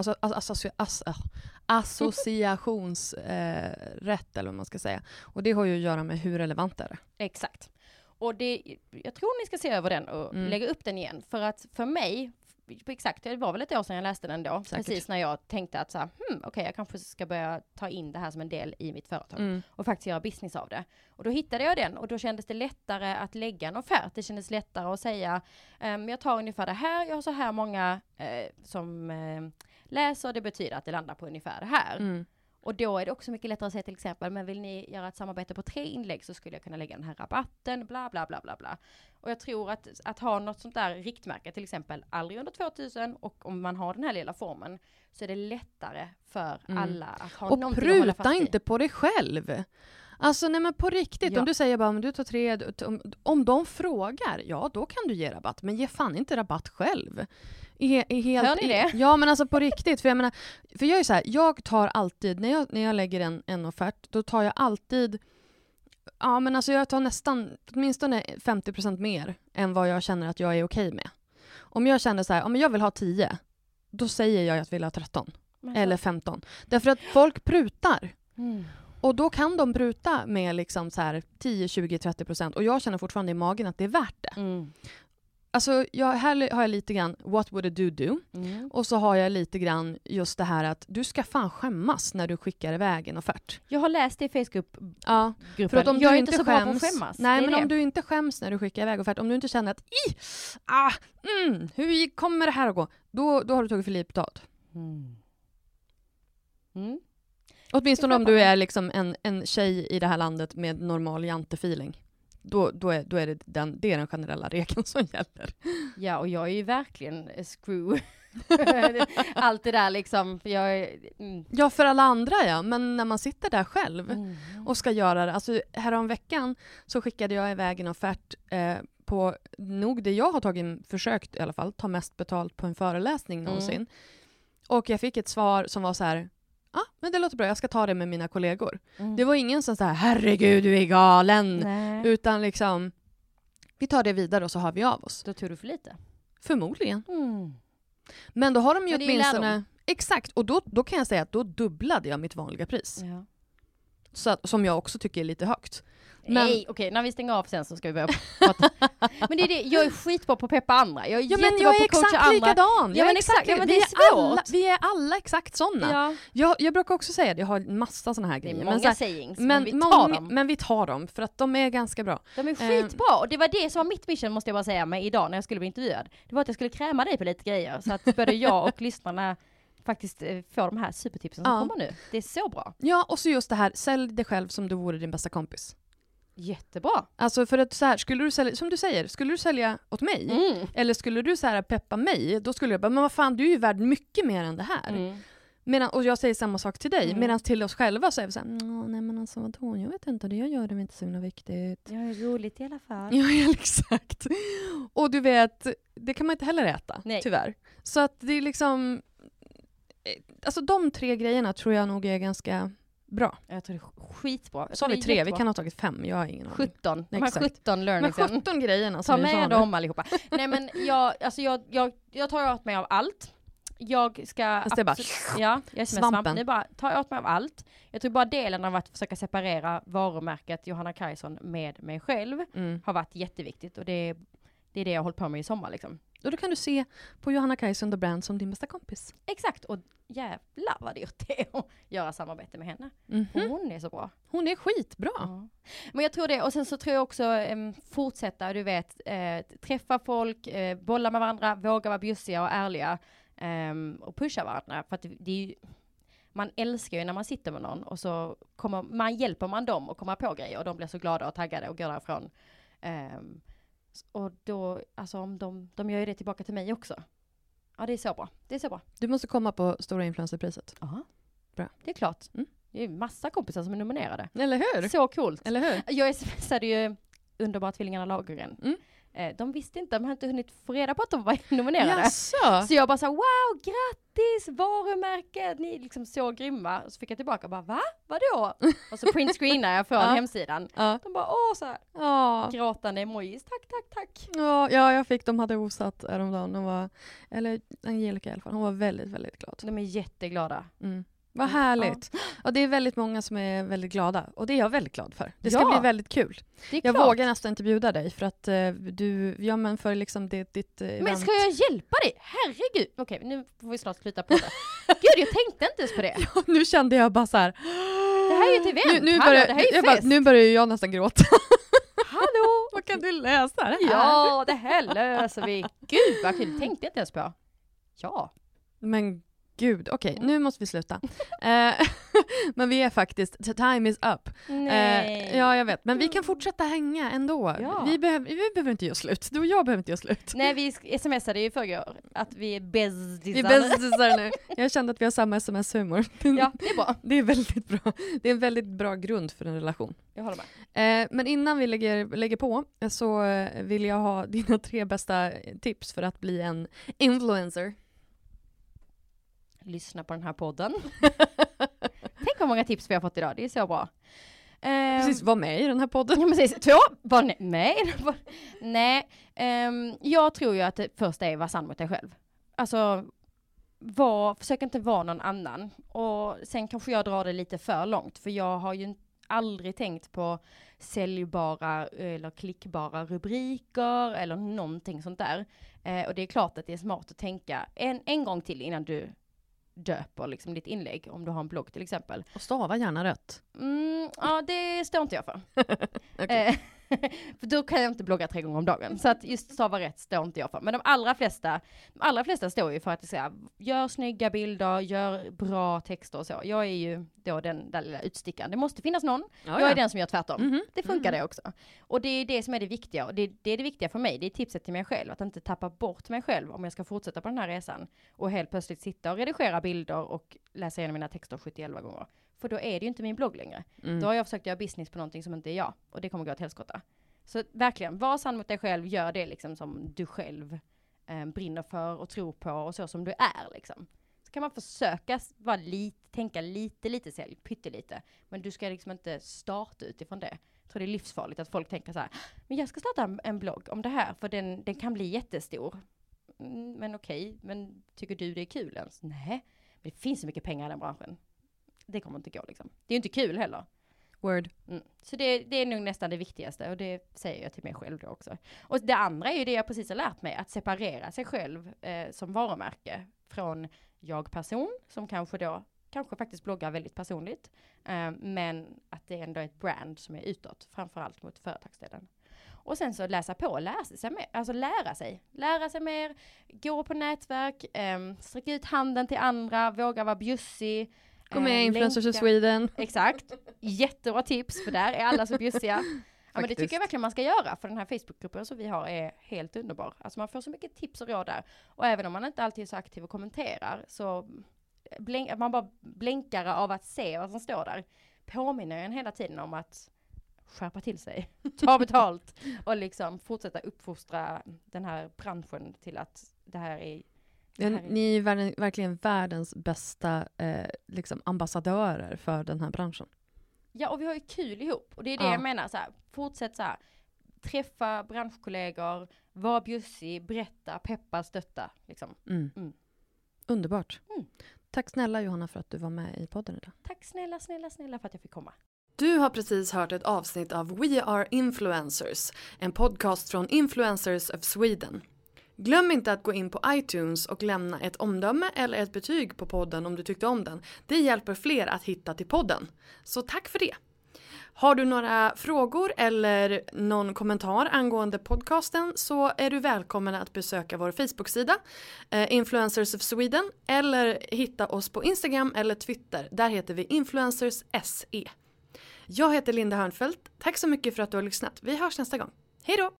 associationsrätt eller vad man ska säga. Och det har ju att göra med hur relevant är det. Exakt. Och jag tror ni ska se över den och lägga upp den igen. För att för mig, exakt, det var väl ett år sedan jag läste den då. Säkert. Precis när jag tänkte att så här, okej, jag kanske ska börja ta in det här som en del i mitt företag. Och faktiskt göra business av det. Och då hittade jag den och då kändes det lättare att lägga en offert. Det kändes lättare att säga, jag tar ungefär det här, jag har så här många som läser, det betyder att det landar på ungefär det här. Och då är det också mycket lättare att säga till exempel, men vill ni göra ett samarbete på 3 inlägg så skulle jag kunna lägga den här rabatten, bla bla bla bla bla. Och jag tror att ha något sånt där riktmärke, till exempel aldrig under 2000, och om man har den här lilla formen så är det lättare för alla att ha och någonting att hålla fast pruta i. inte på dig själv. Alltså nej men på riktigt, om du säger bara men du tar 3, om de frågar, ja då kan du ge rabatt, men ge fan inte rabatt själv. Hör ni det? Ja men alltså på riktigt, för jag menar, för jag är så här, jag tar alltid, när jag lägger en offert, då tar jag alltid, ja men alltså jag tar nästan, åtminstone 50% mer än vad jag känner att jag är okej med. Om jag känner så här, om jag vill ha 10, då säger jag att jag vill ha 13 eller 15. Därför att folk prutar. Och då kan de pruta med liksom så här 10, 20, 30%. Och jag känner fortfarande i magen att det är värt det. Alltså här har jag lite grann what would a do? Och så har jag lite grann just det här att du ska fan skämmas när du skickar iväg en offert. Jag har läst det i Facebookgruppen. Ja, för att om jag du är inte så bra på att skämmas. Nej, men om du inte skäms när du skickar iväg offert, om du inte känner att hur kommer det här att gå? Då har du tagit för lite betalt. Åtminstone om du är liksom en tjej i det här landet med normal jantefeeling. Då är det den generella regeln som gäller. Ja, och jag är ju verkligen screw. Allt det där liksom. För Ja, för alla andra ja. Men när man sitter där själv och ska göra det. Alltså häromveckan så skickade jag iväg en offert på nog det jag har försökt i alla fall ta mest betalt på en föreläsning någonsin. Och jag fick ett svar som var så här: men det låter bra, jag ska ta det med mina kollegor. Det var ingen som så här, herregud du är galen. Nej. Utan liksom, vi tar det vidare och så har vi av oss. Då tog du för lite. Förmodligen. Men då har de ju åtminstone... Exakt, och då kan jag säga att då dubblade jag mitt vanliga pris. Ja. Så att, som jag också tycker är lite högt. Nej, okej, när vi stänger av sen så ska vi börja prata. Men det är det, jag är skitbra på att peppa andra. Jag är jättebra på att coacha andra. Likadan. Ja, men exakt. Ja, men det är svårt. Vi är alla exakt sådana. Ja. Jag brukar också säga det, jag har en massa såna här grejer. Det är många sayings, men vi tar dem. Men vi tar dem, för att de är ganska bra. De är skitbra, och det var det som var mitt mission, måste jag bara säga, med idag när jag skulle bli intervjuad. Det var att jag skulle kräma dig på lite grejer, så att både jag och lyssnarna faktiskt får de här supertipsen som kommer nu. Det är så bra. Ja, och så just det här, sälj dig själv som du vore din bästa kompis. Jättebra. Alltså för att så här, skulle du sälja, som du säger, skulle du sälja åt mig eller skulle du så här peppa mig, då skulle jag bara, men vad fan, du är ju värd mycket mer än det här. Och jag säger samma sak till dig, medan till oss själva så är vi så här, nej men alltså vadå, jag vet inte, det jag gör det inte så viktigt. Jag är roligt i alla fall. Ja, exakt. Och du vet, det kan man inte heller äta, tyvärr. Så att det är liksom, alltså de 3 grejerna tror jag nog är ganska bra. Jag tror det är skitbra. Så har vi 3, vi kan ha tagit 5, jag har ingen aning. 17, de här 17 learningsen. Men 17 grejerna. Ta med dem allihopa. Nej men jag tar åt mig av allt. Jag ska jag är svampen. Nu bara ta åt mig av allt. Jag tror bara delen av att försöka separera varumärket Johanna Kajson med mig själv har varit jätteviktigt, och det är det jag har hållit på med i sommar liksom. Och då kan du se på Johanna Kajson the Brand som din bästa kompis. Exakt, och jävlar vad det är att göra samarbete med henne. Hon är så bra. Hon är skitbra. Ja. Men jag tror det, och sen så tror jag också fortsätta, du vet, träffa folk, bolla med varandra, våga vara bjussiga och ärliga och pusha varandra. För att det är ju, man älskar ju när man sitter med någon och så hjälper man dem att komma på grejer, och de blir så glada och taggade och går därifrån. Och då, alltså om de gör ju det tillbaka till mig också. Ja, det är så bra. Det är så bra. Du måste komma på Stora Influencerpriset. Ja. Bra. Det är klart. Det är massa kompisar som är nominerade. Eller hur? Så coolt. Eller hur? Jag smsade ju Underbara tvillingarna Lagergren. De visste inte, de hade inte hunnit få reda på att de var nominerade. Jaså? Så jag bara sa, wow, grattis, varumärket, ni är liksom så grymma. Och så fick jag tillbaka och bara, va? Vadå? Och så printscreenade jag från hemsidan. De bara, så här, gråtande emojis, tack. Ja, jag fick, de hade osatt häromdagen. Eller Angelica i alla fall, hon var väldigt, väldigt glad. De är jätteglada. Vad härligt. Ja, det är väldigt många som är väldigt glada. Och det är jag väldigt glad för. Det ska bli väldigt kul. Jag vågar nästan inte bjuda dig för att du, ja men för liksom ditt event. Men ska jag hjälpa dig? Herregud. Okej, nu får vi snart sluta på det. Gud, jag tänkte inte ens på det. Ja, nu kände jag bara så här. Det här är ju ett event. Det här är ju fest. Nu börjar jag nästan gråta. Hallå! Vad kan du läsa det här? Ja, det här löser vi. Gud, vad kul. Det tänkte jag inte ens på. Ja. Men gud, okej, nu måste vi sluta. Men vi är faktiskt, time is up. Nej. Ja, jag vet. Men vi kan fortsätta hänga ändå. Ja. Vi behöver inte göra slut. Du och jag behöver inte göra slut. Nej, vi smsade ju förra att vi är bästisar. Vi är bästisar nu. Jag kände att vi har samma sms-humor. Ja, det är bra. Det är väldigt bra. Det är en väldigt bra grund för en relation. Jag håller med. Men innan vi lägger på så vill jag ha dina 3 bästa tips för att bli en influencer. Lyssna på den här podden. Tänk vad många tips vi har fått idag. Det är så bra. Precis, var med i den här podden. Ja, precis. 2, var med. Nej, jag tror ju att det första är att vara sann mot dig själv. Alltså, försök inte vara någon annan. Och sen kanske jag drar det lite för långt. För jag har ju aldrig tänkt på säljbara eller klickbara rubriker eller någonting sånt där. Och det är klart att det är smart att tänka en gång till innan du döper liksom ditt inlägg, om du har en blogg till exempel. Och stava gärna rätt. Ja, det står inte jag för. Okay. För då kan jag inte blogga 3 gånger om dagen. Så att just stava rätt står inte jag för. Men de allra flesta står ju för att säga, gör snygga bilder, gör bra texter och så. Jag är ju då den där lilla utstickaren. Det måste finnas någon. Ja, jag är den som gör tvärtom. Mm-hmm. Det funkar det också. Och det är det som är det viktiga. Och det är det viktiga för mig. Det är tipset till mig själv. Att inte tappa bort mig själv om jag ska fortsätta på den här resan. Och helt plötsligt sitta och redigera bilder och läsa igenom mina texter 71 gånger. För då är det ju inte min blogg längre. Då har jag försökt göra business på någonting som inte är jag. Och det kommer gå åt helskotta. Så verkligen, var sann mot dig själv. Gör det liksom som du själv brinner för och tror på. Och så som du är liksom. Så kan man försöka tänka lite sälj, pyttelite. Men du ska liksom inte starta utifrån det. Jag tror det är livsfarligt att folk tänker så här. Men jag ska starta en blogg om det här. För den kan bli jättestor. Men okej, men tycker du det är kul ens? Nej, men det finns så mycket pengar i den branschen. Det kommer inte gå liksom. Det är ju inte kul heller. Word. Så det är nog nästan det viktigaste. Och det säger jag till mig själv då också. Och det andra är ju det jag precis har lärt mig. Att separera sig själv som varumärke. Från jag-person. Som kanske faktiskt bloggar väldigt personligt. Men att det ändå är ett brand som är utåt. Framförallt mot företagsdelen. Och sen så lära sig mer. Gå på nätverk. Sträcka ut handen till andra. Våga vara bjussig. Gå med Influencers of Sweden. Exakt. Jättebra tips, för där är alla så bjussiga. Ja, men det tycker jag verkligen man ska göra, för den här Facebookgruppen som vi har är helt underbar. Alltså man får så mycket tips och råd där. Och även om man inte alltid är så aktiv och kommenterar, så man bara blänkar av att se vad som står där. Påminner en hela tiden om att skärpa till sig, ta betalt och liksom fortsätta uppfostra den här branschen till att det här är... Ni är verkligen världens bästa liksom ambassadörer för den här branschen. Ja, och vi har ju kul ihop. Och det är det jag menar. Så här, fortsätt så här, träffa branschkollegor, var bjussig, berätta, peppa, stötta. Liksom. Underbart. Tack snälla Johanna för att du var med i podden idag. Tack snälla för att jag fick komma. Du har precis hört ett avsnitt av We Are Influencers, en podcast från Influencers of Sweden. Glöm inte att gå in på iTunes och lämna ett omdöme eller ett betyg på podden om du tyckte om den. Det hjälper fler att hitta till podden. Så tack för det. Har du några frågor eller någon kommentar angående podcasten, så är du välkommen att besöka vår Facebook-sida Influencers of Sweden, eller hitta oss på Instagram eller Twitter. Där heter vi Influencers SE. Jag heter Linda Hörnfeldt. Tack så mycket för att du har lyssnat. Vi hörs nästa gång. Hej då!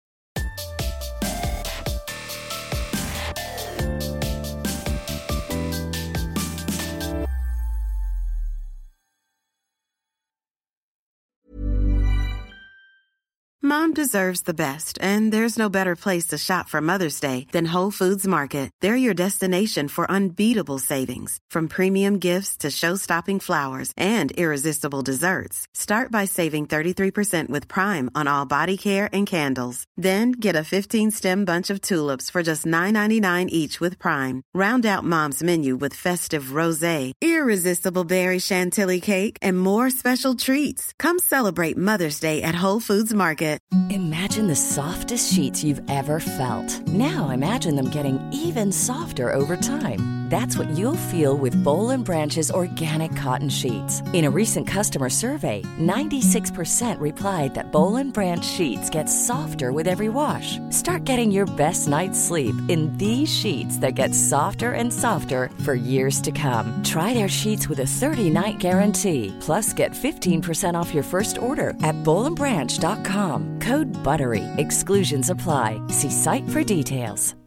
Mom deserves the best, and there's no better place to shop for Mother's Day than Whole Foods Market. They're your destination for unbeatable savings, from premium gifts to show-stopping flowers and irresistible desserts. Start by saving 33% with Prime on all body care and candles. Then get a 15-stem bunch of tulips for just $9.99 each with Prime. Round out Mom's menu with festive rosé, irresistible berry chantilly cake, and more special treats. Come celebrate Mother's Day at Whole Foods Market. Imagine the softest sheets you've ever felt. Now imagine them getting even softer over time. That's what you'll feel with Boll & Branch's organic cotton sheets. In a recent customer survey, 96% replied that Boll & Branch sheets get softer with every wash. Start getting your best night's sleep in these sheets that get softer and softer for years to come. Try their sheets with a 30-night guarantee. Plus, get 15% off your first order at bollandbranch.com. Code BUTTERY. Exclusions apply. See site for details.